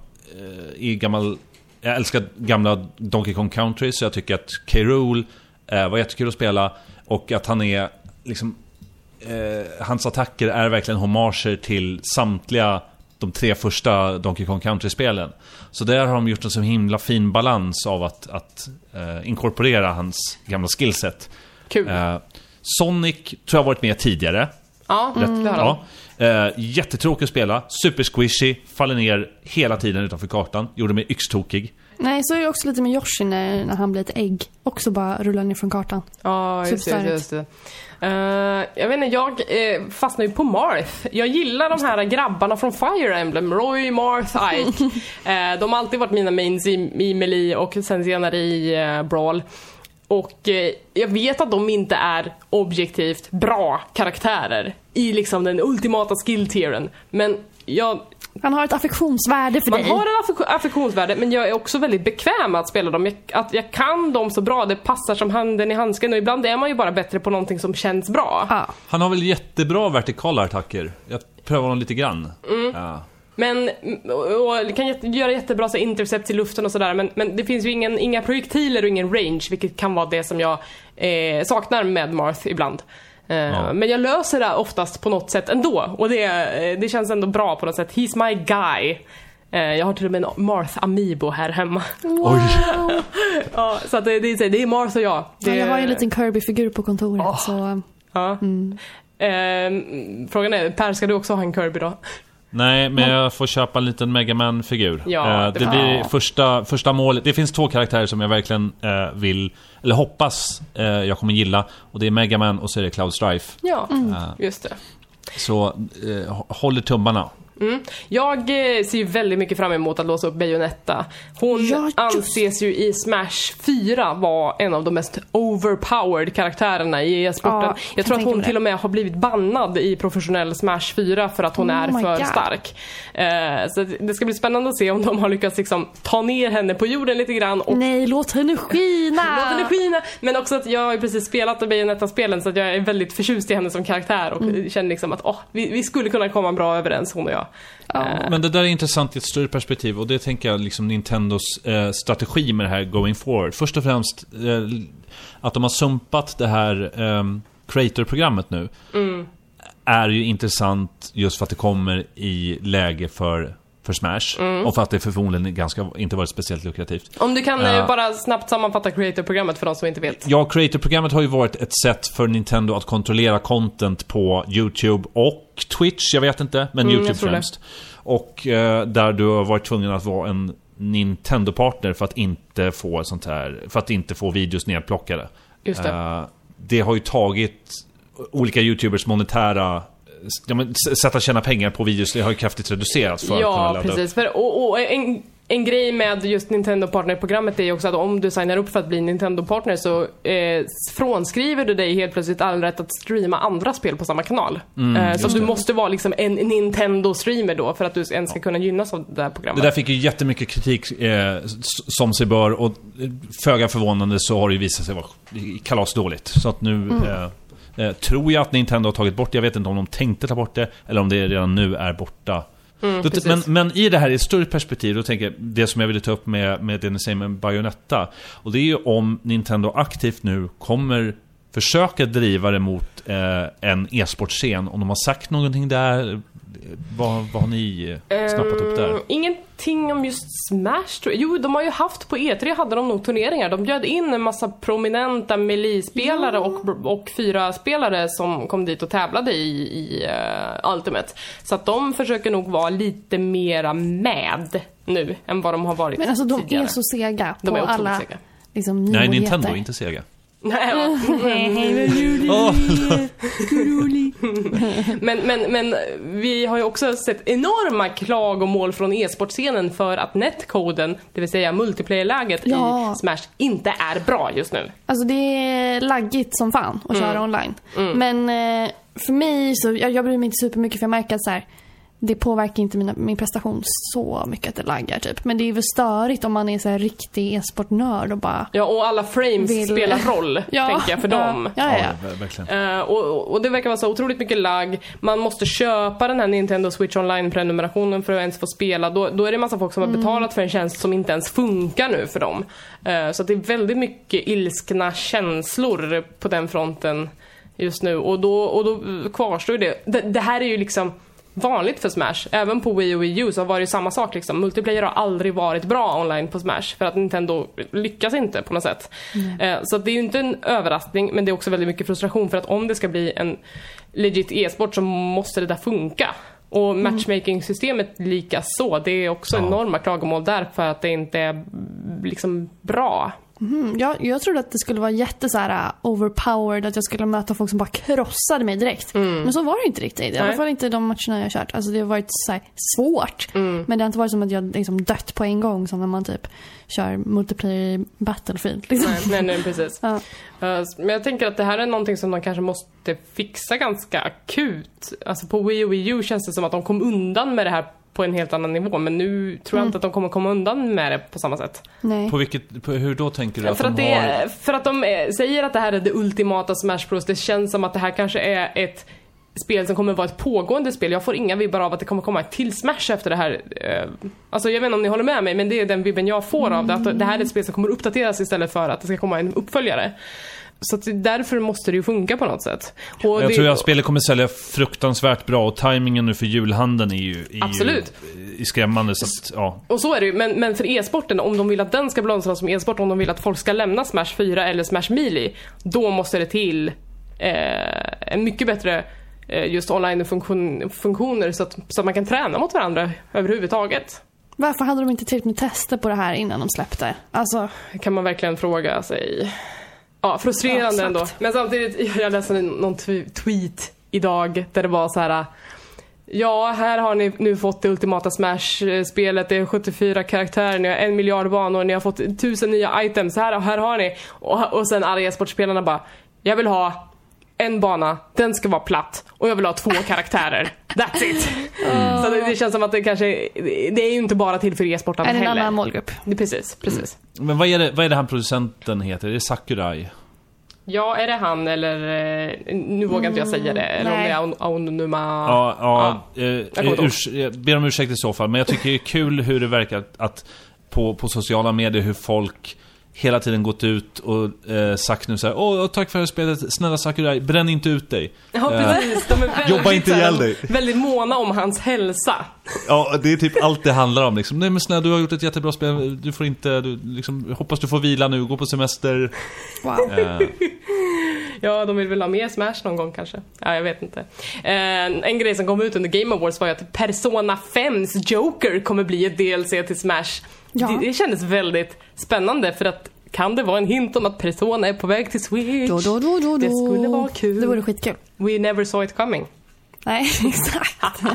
älskar gamla Donkey Kong Country, så jag tycker att K. Rool var jättekul att spela, och att han är liksom hans attacker är verkligen homager till samtliga de 3 första Donkey Kong Country-spelen. Så där har de gjort en så himla fin balans av att inkorporera hans gamla skillset. Kul. Sonic tror jag har varit med tidigare. Ja, det har han. Jättetråkig att spela. Super squishy. Faller ner hela tiden utanför kartan. Gjorde mig yxtokig. Nej, så är det också lite med Yoshi när han blir ett ägg. Också bara rullar ner från kartan. Ja, just det. Jag vet inte, jag fastnar ju på Marth. Jag gillar de här grabbarna från Fire Emblem, Roy, Marth, Ike. De har alltid varit mina mains i Melee och sen senare i Brawl. Och jag vet att de inte är objektivt bra karaktärer i liksom den ultimata skill-tieren. Men han har ett affektionsvärde för dig. Man har ett affektionsvärde, men jag är också väldigt bekväm att spela dem. Jag kan dem så bra, det passar som handen i handsken. Och ibland är man ju bara bättre på någonting som känns bra. Han har väl jättebra vertikala attacker. Jag prövar dem lite grann. Men och kan göra jättebra så intercept i luften och sådär, men det finns ju inga projektiler och ingen range, vilket kan vara det som jag saknar med Marth ibland. Men jag löser det oftast på något sätt ändå, och det känns ändå bra på något sätt. He's my guy. Jag har till och med en Marth Amiibo här hemma. Wow. Ja, så att det är Marth och jag. Jag har ju en liten Kirby-figur på kontoret. Så, frågan är, Per, ska du också ha en Kirby då? Nej, men jag får köpa en liten Mega Man-figur. Ja, det blir första målet. Det finns 2 karaktärer som jag verkligen vill, eller hoppas jag kommer gilla. Och det är Mega Man och så är det Cloud Strife. Ja, just det. Så håller tummarna. Jag ser ju väldigt mycket fram emot att låsa upp Bayonetta. Hon anses ju i Smash 4 vara en av de mest overpowered karaktärerna i e-sporten. Jag tror att hon till och med har blivit bannad i professionell Smash 4 för att hon är för stark. Så det ska bli spännande att se om de har lyckats liksom ta ner henne på jorden lite grann. Och nej, låt henne skina! Låt henne skina! Men också att jag har ju precis spelat Bayonetta-spelen, så att jag är väldigt förtjust i henne som karaktär och känner liksom att vi skulle kunna komma bra överens, hon och jag. Men det där är intressant i ett större perspektiv, och det tänker jag liksom Nintendos strategi med det här going forward. Först och främst att de har sumpat det här Creator-programmet nu är ju intressant just för att det kommer i läge för Smash och för att det förmodligen inte varit speciellt lukrativt. Om du kan bara snabbt sammanfatta Creator-programmet för de som inte vet. Ja, Creator-programmet har ju varit ett sätt för Nintendo att kontrollera content på YouTube och Twitch, jag vet inte, men YouTube främst. Och där du har varit tvungen att vara en Nintendo-partner för att inte få sånt här, för att inte få videos nedplockade. Just det. Det har ju tagit olika YouTubers monetära sätt att tjäna pengar på videos, det har ju kraftigt reducerats för att kunna ladda precis. Och en grej med just Nintendo-partnerprogrammet är ju också att om du signar upp för att bli Nintendo-partner så frånskriver du dig helt plötsligt all rätt att streama andra spel på samma kanal. Så du måste vara liksom en Nintendo-streamer då för att du ens ska kunna gynnas av det här programmet. Det där fick ju jättemycket kritik som sig bör, och föga förvånande så har det ju visat sig vara kalasdåligt. Så att nu tror jag att Nintendo har tagit bort det. Jag vet inte om de tänkte ta bort det eller om det redan nu är borta. Men i det här i ett större perspektiv, då tänker jag det som jag ville ta upp med det ni säger med Bayonetta, och det är ju om Nintendo aktivt nu kommer försöka driva det mot en e-sportscen. Om de har sagt någonting där, vad har ni snappat upp där? Ingenting om just Smash. Jo, de har ju haft på E3 hade de nog turneringar. De bjöd in en massa prominenta Melee-spelare och 4-spelare som kom dit och tävlade i Ultimate. Så att de försöker nog vara lite mera med nu än vad de har varit. Men alltså de tidigare. Är så sega på de är alla sega. Liksom, Nej, Nintendo, inte Sega. Men vi har ju också sett enorma klagomål från e-sportscenen för att netcoden, det vill säga multiplayer-läget i Smash, inte är bra just nu. Alltså det är laggigt som fan att köra online. Men för mig så, jag bryr mig inte supermycket, för jag märker att så här, det påverkar inte min prestation så mycket att det laggar typ. Men det är väl störigt om man är så här riktig e-sportnörd och bara... Ja, och alla frames spelar roll, tänker jag, för dem. Ja. Verkligen. Och det verkar vara så otroligt mycket lag. Man måste köpa den här Nintendo Switch Online-prenumerationen för att ens få spela. Då är det en massa folk som har betalat för en tjänst som inte ens funkar nu för dem. Så att det är väldigt mycket ilskna känslor på den fronten just nu. Och då kvarstår det. Det här är ju liksom vanligt för Smash. Även på Wii och Wii U så var det samma sak liksom. Multiplayer har aldrig varit bra online på Smash för att Nintendo lyckas inte på något sätt. Så det är ju inte en överraskning, men det är också väldigt mycket frustration, för att om det ska bli en legit e-sport så måste det där funka. Och matchmaking-systemet lika så. Det är också enorma klagomål där för att det inte är liksom bra. Jag trodde att det skulle vara jätte så här overpowered, att jag skulle möta folk som bara krossade mig direkt. Men så var det inte riktigt. I alla fall inte de matcherna jag kört. Alltså det har varit så här svårt. Men det har inte varit som att jag liksom dött på en gång, som när man typ kör multiplayer Battlefield liksom. Nej, precis. Ja. Men jag tänker att det här är någonting som de kanske måste fixa ganska akut. Alltså på Wii och Wii U känns det som att de kom undan med det här på en helt annan nivå, men nu tror jag inte att de kommer komma undan med det på samma sätt. Nej. Hur då tänker du att för att de säger att det här är det ultimata Smash Bros. Det känns som att det här kanske är ett spel som kommer vara ett pågående spel. Jag får inga vibbar av att det kommer komma ett till Smash efter det här. Alltså jag vet inte om ni håller med mig, men det är den vibben jag får av det. Att det här är ett spel som kommer uppdateras istället för att det ska komma en uppföljare. Så att därför måste det ju funka på något sätt. Och jag tror att spelet kommer sälja fruktansvärt bra, och tajmingen nu för julhandeln är ju skrämmande. Så att, ja. Och så är det ju, men för e-sporten, om de vill att den ska blomstra som e-sport, om de vill att folk ska lämna Smash 4 eller Smash Melee, då måste det till en mycket bättre just online-funktioner så att man kan träna mot varandra överhuvudtaget. Varför hade de inte tillräckligt med tester på det här innan de släppte? Alltså, kan man verkligen fråga sig. Ja, frustrerande ändå. Men samtidigt, jag läste någon tweet idag där det var så här: ja, här har ni nu fått det ultimata Smash-spelet. Det är 74 karaktärer, ni har 1 miljard banor, ni har fått 1000 nya items. Här har ni. Och sen alla e-sportspelarna bara: jag vill ha en bana, den ska vara platt, och jag vill ha 2 karaktärer. That's it. Så det känns som att det kanske, det är ju inte bara till för e-sporten heller. Är det en annan målgrupp? Precis. Men vad är det han producenten heter? Är det Sakurai? Ja, är det han eller nu vågar inte jag säga det, eller om det är Aonuma. Jag ber om ursäkt i så fall, men jag tycker det är kul hur det verkar att på sociala medier hur folk hela tiden gått ut och sagt nu så här: tack för det här spelet, snälla Sakurai, bränn inte ut dig. Ja, precis. De är väldigt, jobba inte ihjäl dig. Väldigt måna om hans hälsa. Ja, det är typ allt det handlar om liksom. Nej men snälla, du har gjort ett jättebra spel. Du får inte, hoppas du får vila nu, gå på semester. Wow. Ja, de vill väl ha mer Smash någon gång kanske. Ja, jag vet inte. En grej som kom ut under Game Awards var ju att Persona 5's Joker kommer bli ett DLC till Smash. Ja. Det kändes väldigt spännande, för att kan det vara en hint om att Persona är på väg till Switch? Då. Det skulle vara kul. Det vore skitkul. We never saw it coming. Nej, exakt.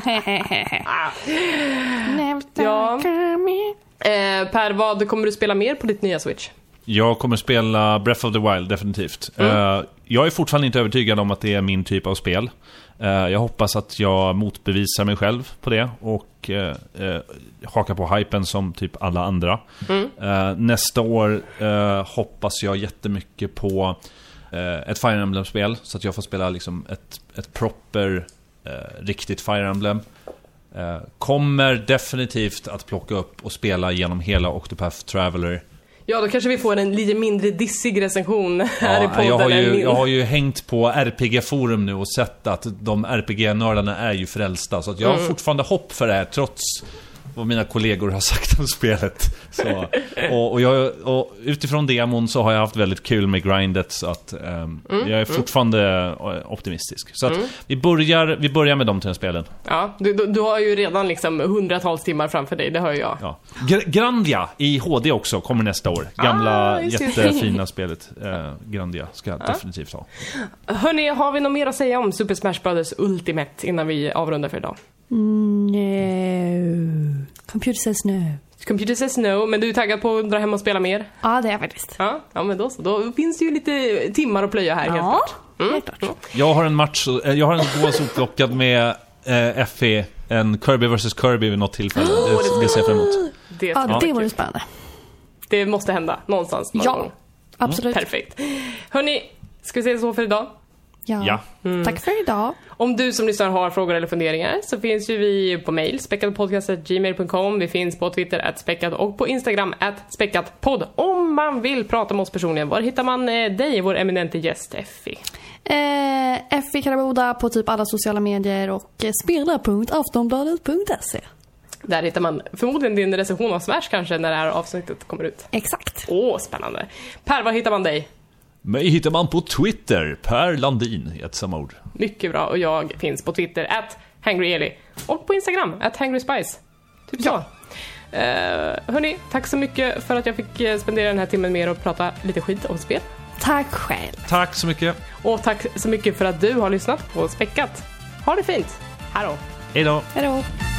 Ja. Per, vad kommer du spela mer på ditt nya Switch? Jag kommer spela Breath of the Wild, definitivt. Jag är fortfarande inte övertygad om att det är min typ av spel. Jag hoppas att jag motbevisar mig själv på det och hakar på hypen som typ alla andra. Nästa år hoppas jag jättemycket på ett Fire Emblem-spel, så att jag får spela liksom ett proper riktigt Fire Emblem. Kommer definitivt att plocka upp och spela genom hela Octopath Traveler. Ja, då kanske vi får en lite mindre dissig recension här i podden. Jag har ju hängt på RPG-forum nu och sett att de RPG-nördarna är ju frälsta. Så att jag har fortfarande hopp för det här, trots vad mina kollegor har sagt om spelet. Så, och utifrån demon så har jag haft väldigt kul med grindet. Så att jag är fortfarande optimistisk. Så att vi börjar med de 3 spelen. Ja, du har ju redan liksom 100-tals timmar framför dig, det hör jag. Ja. Grandia i HD också kommer nästa år. Gamla jättefina spelet Grandia ska jag definitivt ha. Hörrni, har vi något mer att säga om Super Smash Bros. Ultimate innan vi avrundar för idag? No. Computer says no. Computer says no, men du är taggad på att dra hem och spela mer? Ja, det är jag faktiskt. Ja, men då finns det ju lite timmar att plöja här, helt klart. Helt klart. Jag har en match, jag har en gås upplockad med FE, en Kirby vs Kirby vid något tillfälle. Det ser jag fram emot. Det vore spännande. Det måste hända någonstans någon gång. Absolut. Perfekt. Hörrni, ska vi se så för idag? Ja. Tack för idag. Om du som lyssnar har frågor eller funderingar så finns ju vi på mail speckadpodcast@gmail.com. Vi finns på Twitter @speckad och på Instagram @speckadpodd. Om man vill prata med oss personligen, var hittar man dig, vår eminente gäst Effie? Effie Karaboda på typ alla sociala medier och spela.aftonbladet.se. Där hittar man förmodligen din recension av Smash kanske när det här avsnittet kommer ut. Exakt. Spännande. Per, var hittar man dig? Mig hittar man på Twitter, Per Landin i ett samma ord. Mycket bra, och jag finns på Twitter @hangryeli och på Instagram @hangryspice. Typ så. Hörni, tack så mycket för att jag fick spendera den här timmen med er och prata lite skit om spel. Tack själv. Tack så mycket. Och tack så mycket för att du har lyssnat på Späckat. Ha det fint. Hej då. Hej då. Hej då.